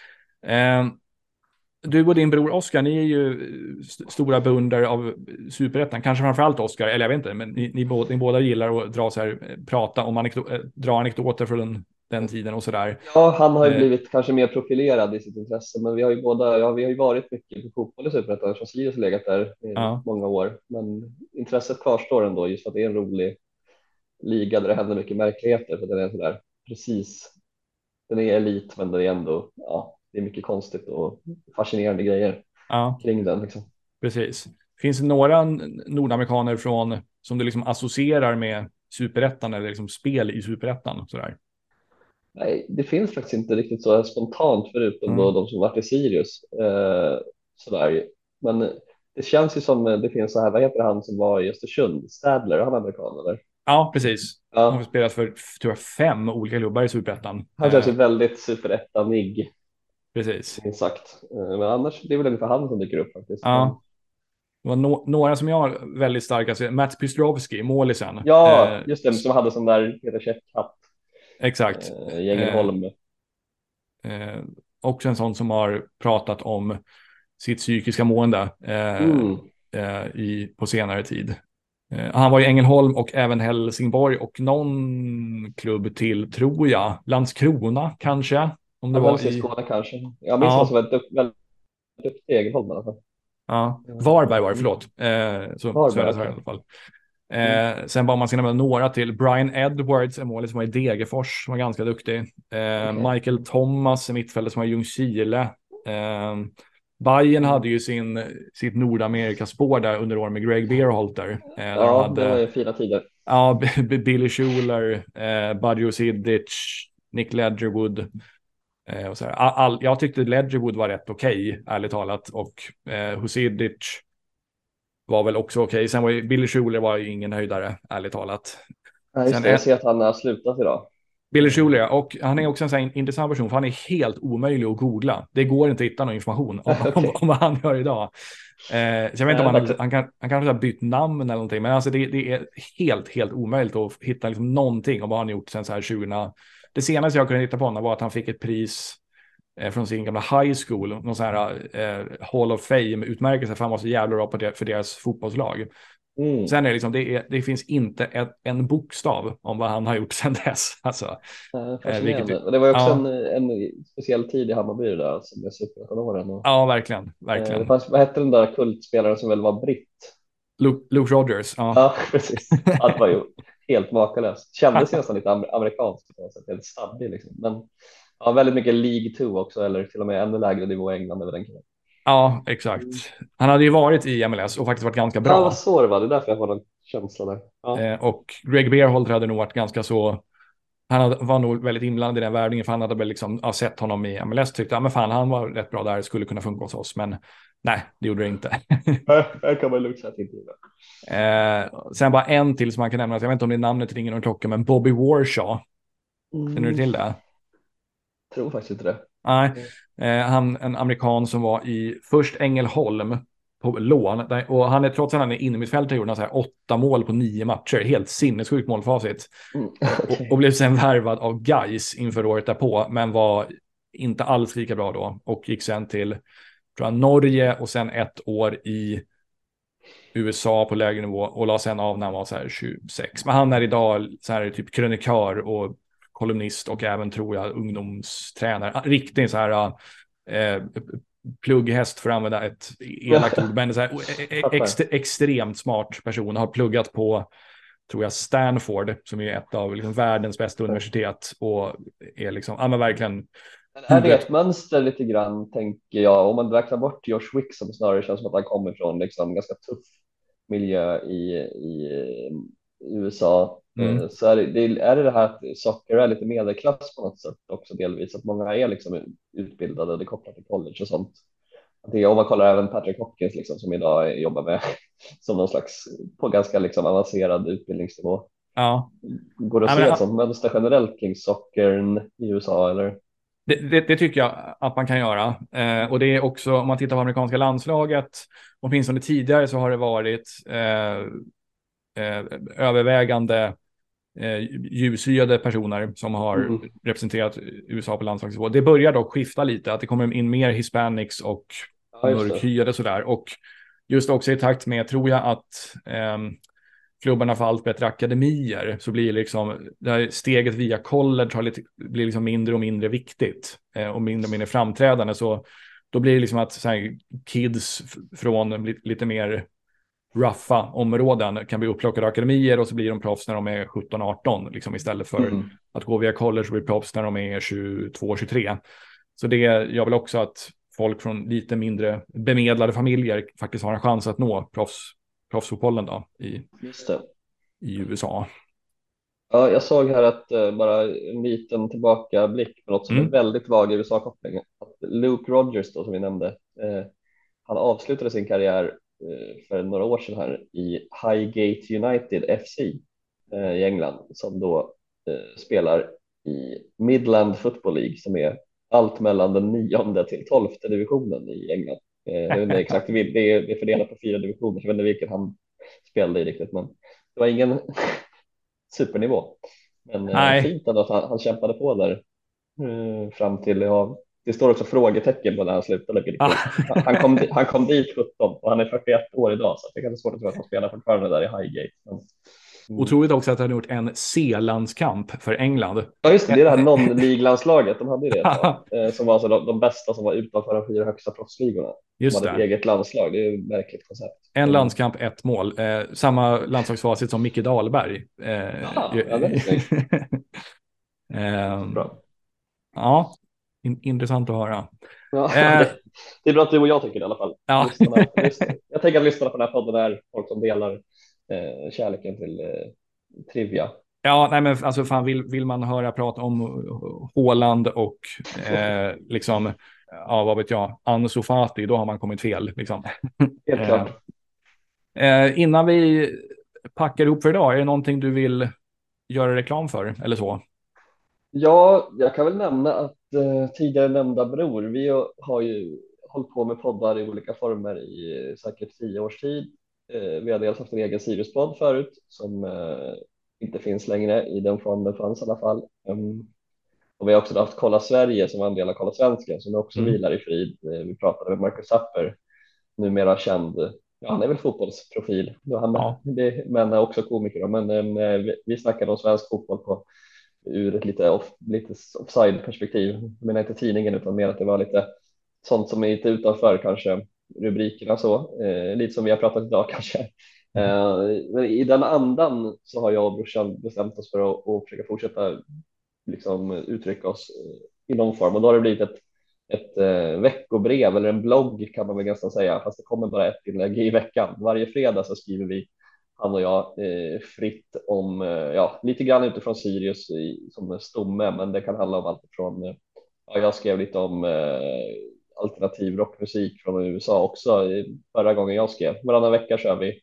S1: Du och din bror Oskar, ni är ju stora beundrare av Superettan. Kanske framförallt Oskar, eller jag vet inte, men ni båda gillar att prata om dra anekdoter från den tiden och sådär.
S2: Ja, han har ju blivit kanske mer profilerad i sitt intresse, men vi har ju varit mycket på fotboll i Superettan som Sirius har legat där i många år. Men intresset kvarstår ändå just för att det är en rolig liga där det händer mycket märkligheter, för den är sådär precis. Den är elit, men den är ändå, det är mycket konstigt och fascinerande grejer kring den. Liksom.
S1: Precis. Finns det några nordamerikaner som du liksom associerar med Superettan eller liksom spel i Superettan? Sådär?
S2: Nej, det finns faktiskt inte riktigt så spontant förutom då de som varit i Sirius. Sådär. Men det känns ju som det finns så här, vad heter han som var i Östersund? Stadler, han är amerikan eller?
S1: Ja, precis. Han har spelat för tror jag 5 olika klubbar i Superettan.
S2: Han känns ju väldigt Superettanig.
S1: Precis.
S2: Exakt. Men annars det är väl ungefär han som dyker upp faktiskt.
S1: Ja. Det var några som jag har väldigt starka. Mats Pistrovski, målisen.
S2: Ja, just det. Som hade sån där Peter Käck-hatt.
S1: Exakt.
S2: i Ängelholm.
S1: Också en sån som har pratat om sitt psykiska mående på senare tid. Han var i Ängelholm och även Helsingborg och någon klubb till, tror jag. Landskrona kanske. Om det var i
S2: Skåne kanske. Jag minns vad som väldigt duktig i Ängelholm i alla fall.
S1: Ja, Varberg var det, förlåt. Södra Sverige i alla fall. Sen bara man ska nämna några till. Brian Edwards är målet som var i Degerfors, som var ganska duktig. Michael Thomas är mittfältare som var i Ljungskile. Bayern hade ju sitt Nordamerikaspår där under år med Greg Berhalter.
S2: Det var ju fina tider.
S1: Ja, Billy Schuler, Badio Sidic, Nick Ledgerwood. Och så här. Jag tyckte Ledgerwood var rätt okej, ärligt talat. Och Husidic var väl också okej. Sen var ju Billy Schuler var ju ingen höjdare, ärligt talat.
S2: Jag ser att han har slutat idag.
S1: Billy Schuler, och han är också en sån här intressant person, för han är helt omöjlig att googla. Det går inte att hitta någon information om vad han gör idag. Så jag vet inte om han kanske har bytt namn eller någonting, men alltså det är helt omöjligt att hitta liksom någonting om vad han gjort sen så här 20. Det senaste jag kunde hitta på honom var att han fick ett pris från sin gamla high school, någon sån här Hall of Fame-utmärkelse, för han var så jävla bra för deras fotbollslag. Sen är det liksom, det finns inte en bokstav om vad han har gjort sedan dess. Alltså,
S2: det var ju också en speciell tid i Hammarby där, alltså, med superettan-åren.
S1: Ja, verkligen.
S2: Det fanns, vad hette den där kultspelaren som väl var britt?
S1: Luke Rogers.
S2: Ja, precis. Allt var ju helt makalöst. Kändes nästan lite amerikanskt, helt stadig liksom. Men ja, väldigt mycket League 2 också, eller till och med ännu lägre nivå i England över den killen.
S1: Ja, exakt. Han hade ju varit i MLS och faktiskt varit ganska bra.
S2: Ja, vad så det var. Det är därför jag har en känsla där. Ja.
S1: Och Greg Berhalter hade nog varit ganska så... var nog väldigt inblandad i den värvningen, för han hade väl liksom sett honom i MLS, tyckte men fan, han var rätt bra där, skulle kunna funka hos oss, men nej, det gjorde det inte.
S2: Jag kan väl lugnt säga inte.
S1: Sen bara en till som man kan nämna, jag vet inte om det är namnet ringer någon klocka, men Bobby Warshaw. Känner du till det?
S2: Tror faktiskt inte det.
S1: Nej, han en amerikan som var i först Ängelholm på lån, och han är, trots att han är innermittfältare, gjorde han så här 8 mål på 9 matcher, helt sinnessjukt målfacit. Och blev sen värvad av Gais inför året därpå, men var inte alls lika bra då, och gick sen till, tror jag, Norge och sen 1 år i USA på lägre nivå och la sen av när han var så här 26. Men han är idag så här typ krönikör och kolumnist och även, tror jag, ungdomstränare. Riktigt så här plugghäst, för att använda ett elakt ord, men så här, extremt smart person. Har pluggat på, tror jag, Stanford, som är ett av liksom världens bästa universitet, och är liksom, men verkligen.
S2: Är det ett mönster lite grann, tänker jag, om man räknar bort Josh Wick, som snarare känns som att han kommer från liksom ganska tuff miljö i USA, så är det här att socker är lite medelklass på något sätt också, delvis att många är liksom utbildade, det kopplat till college och sånt. Om man kollar även Patrick Hopkins liksom, som idag jobbar med som någon slags på ganska liksom avancerad utbildningsnivå.
S1: Ja.
S2: Går det att se ett sånt mönster generellt kring sockern i USA, eller?
S1: Det tycker jag att man kan göra. Och det är också, om man tittar på amerikanska landslaget, åtminstone tidigare, så har det varit övervägande ljushyade personer som har representerat USA på landslagsnivå. Det börjar dock skifta lite, att det kommer in mer hispanics och mörkhyade sådär. Och just också i takt med, tror jag, att klubbarna får allt bättre akademier, så blir liksom det här steget via college blir liksom mindre och mindre viktigt och mindre framträdande. Så då blir det liksom att så här, kids från lite mer ruffa områden kan bli upplockade av akademier, och så blir de proffs när de är 17-18 liksom, istället för att gå via college och bli proffs när de är 22-23. Så det gör väl också att folk från lite mindre bemedlade familjer faktiskt har en chans att nå proffsfotbollen då i USA.
S2: Ja, jag såg här att bara en liten tillbakablick på något som är väldigt vag i USA-koppling. Att Luke Rogers då, som vi nämnde, han avslutade sin karriär för några år sedan här i Highgate United FC i England, som då spelar i Midland Football League, som är allt mellan den 9:e till 12:e divisionen i England. Jag vet inte exakt, det är fördelat på 4 divisioner, så jag vet inte vilken han spelade i riktigt, men det var ingen supernivå. Men fint ändå att han kämpade på där fram till, ja, det står också frågetecken på när han slutade. Han kom dit 17 och han är 41 år idag, så det är ganska svårt att tro att han spelar fortfarande där i Highgate.
S1: Otroligt också att han gjort en C-landskamp för England.
S2: Ja just det är det här non-league-landslaget, de hade ju det som var alltså de bästa som var utanför de 4 högsta proffsligorna.
S1: Just
S2: de hade ett eget landslag, det är ju ett märkligt koncept.
S1: En landskamp, 1 mål. Samma landslagsfacit som Micke Dahlberg.
S2: Bra.
S1: Ja, intressant att höra.
S2: Ja, det är bra att du och jag tycker det i alla fall.
S1: Ja.
S2: Jag tänker att lyssna på den här podden är folk som delar kärleken till trivia.
S1: Ja, nej men alltså fan, vill man höra prata om Haaland och liksom, ja vad vet jag, Ansu Fati, då har man kommit fel liksom.
S2: Helt klart.
S1: Innan vi packar ihop för idag, är det någonting du vill göra reklam för eller så?
S2: Ja, jag kan väl nämna att tidigare nämnda Bror, vi har ju hållit på med poddar i olika former i säkert 10 års tid. Vi har dels haft en egen Sirius-podd förut som inte finns längre i den form den fanns i alla fall. Och vi har också haft Kolla Sverige som var en del av Kolla Svensken som också vilar i frid. Vi pratade med Marcus Zapper, numera känd. Ja, han är väl fotbollsprofil, men också komiker. Men vi snackade om svensk fotboll ur ett lite offside-perspektiv. Jag menar inte tidningen utan mer att det var lite sånt som är lite utanför kanske rubrikerna så. Lite som vi har pratat idag kanske. Men i den andan så har jag och brorsan bestämt oss för att försöka fortsätta liksom uttrycka oss i någon form. Och då har det blivit ett veckobrev eller en blogg kan man väl nästan säga, fast det kommer bara ett inlägg i veckan. Varje fredag så skriver vi, han och jag, fritt om lite grann utifrån Sirius som stomme, men det kan handla om allt från jag skrev lite om alternativ rockmusik från USA också förra gången jag skrev. Varannan vecka kör vi.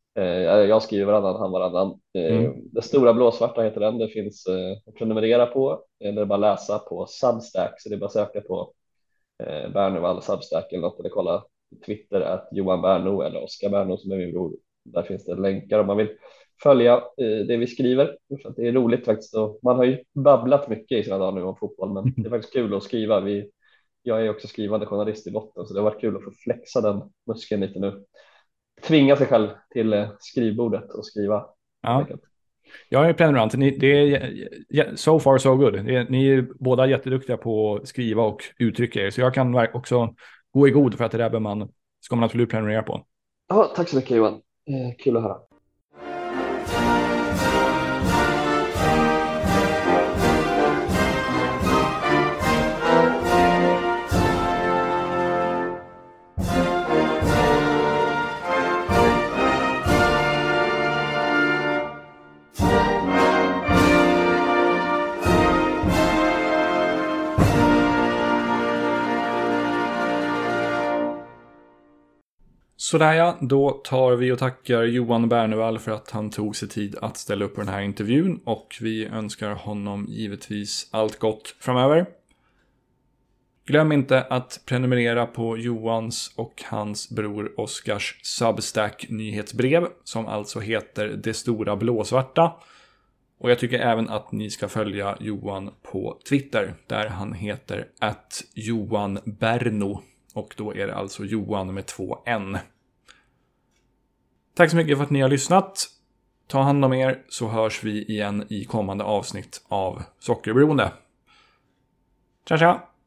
S2: Jag skriver varannan, han varannan. Det stora blåsvarta heter den. Det finns att prenumerera på eller bara läsa på Substack, så det är bara söka på Bernevall Substack eller något, eller kolla Twitter att Johan Berno eller Oskar Berno som är min bror. Där finns det länkar om man vill följa det vi skriver. För att det är roligt faktiskt. Och man har ju babblat mycket i sina dagar nu om fotboll, men det är faktiskt kul att skriva. Jag är också skrivande journalist i botten, så det har varit kul att få flexa den muskeln lite nu. Tvinga sig själv till skrivbordet och skriva.
S1: Ja. Jag är prenumerant. Det är so far so good. Ni är båda jätteduktiga på att skriva och uttrycka er. Så jag kan också gå i god för att det där ska man absolut prenumerera på.
S2: Ja, tack så mycket Johan. Kul att höra.
S1: Sådär ja, då tar vi och tackar Johan Bernevall för att han tog sig tid att ställa upp på den här intervjun, och vi önskar honom givetvis allt gott framöver. Glöm inte att prenumerera på Johans och hans bror Oskars Substack-nyhetsbrev som alltså heter Det stora blåsvarta. Och jag tycker även att ni ska följa Johan på Twitter där han heter @JohanBerno, och då är det alltså Johan med 2 N. Tack så mycket för att ni har lyssnat. Ta hand om er, så hörs vi igen i kommande avsnitt av Sockerberoende. Tja tja!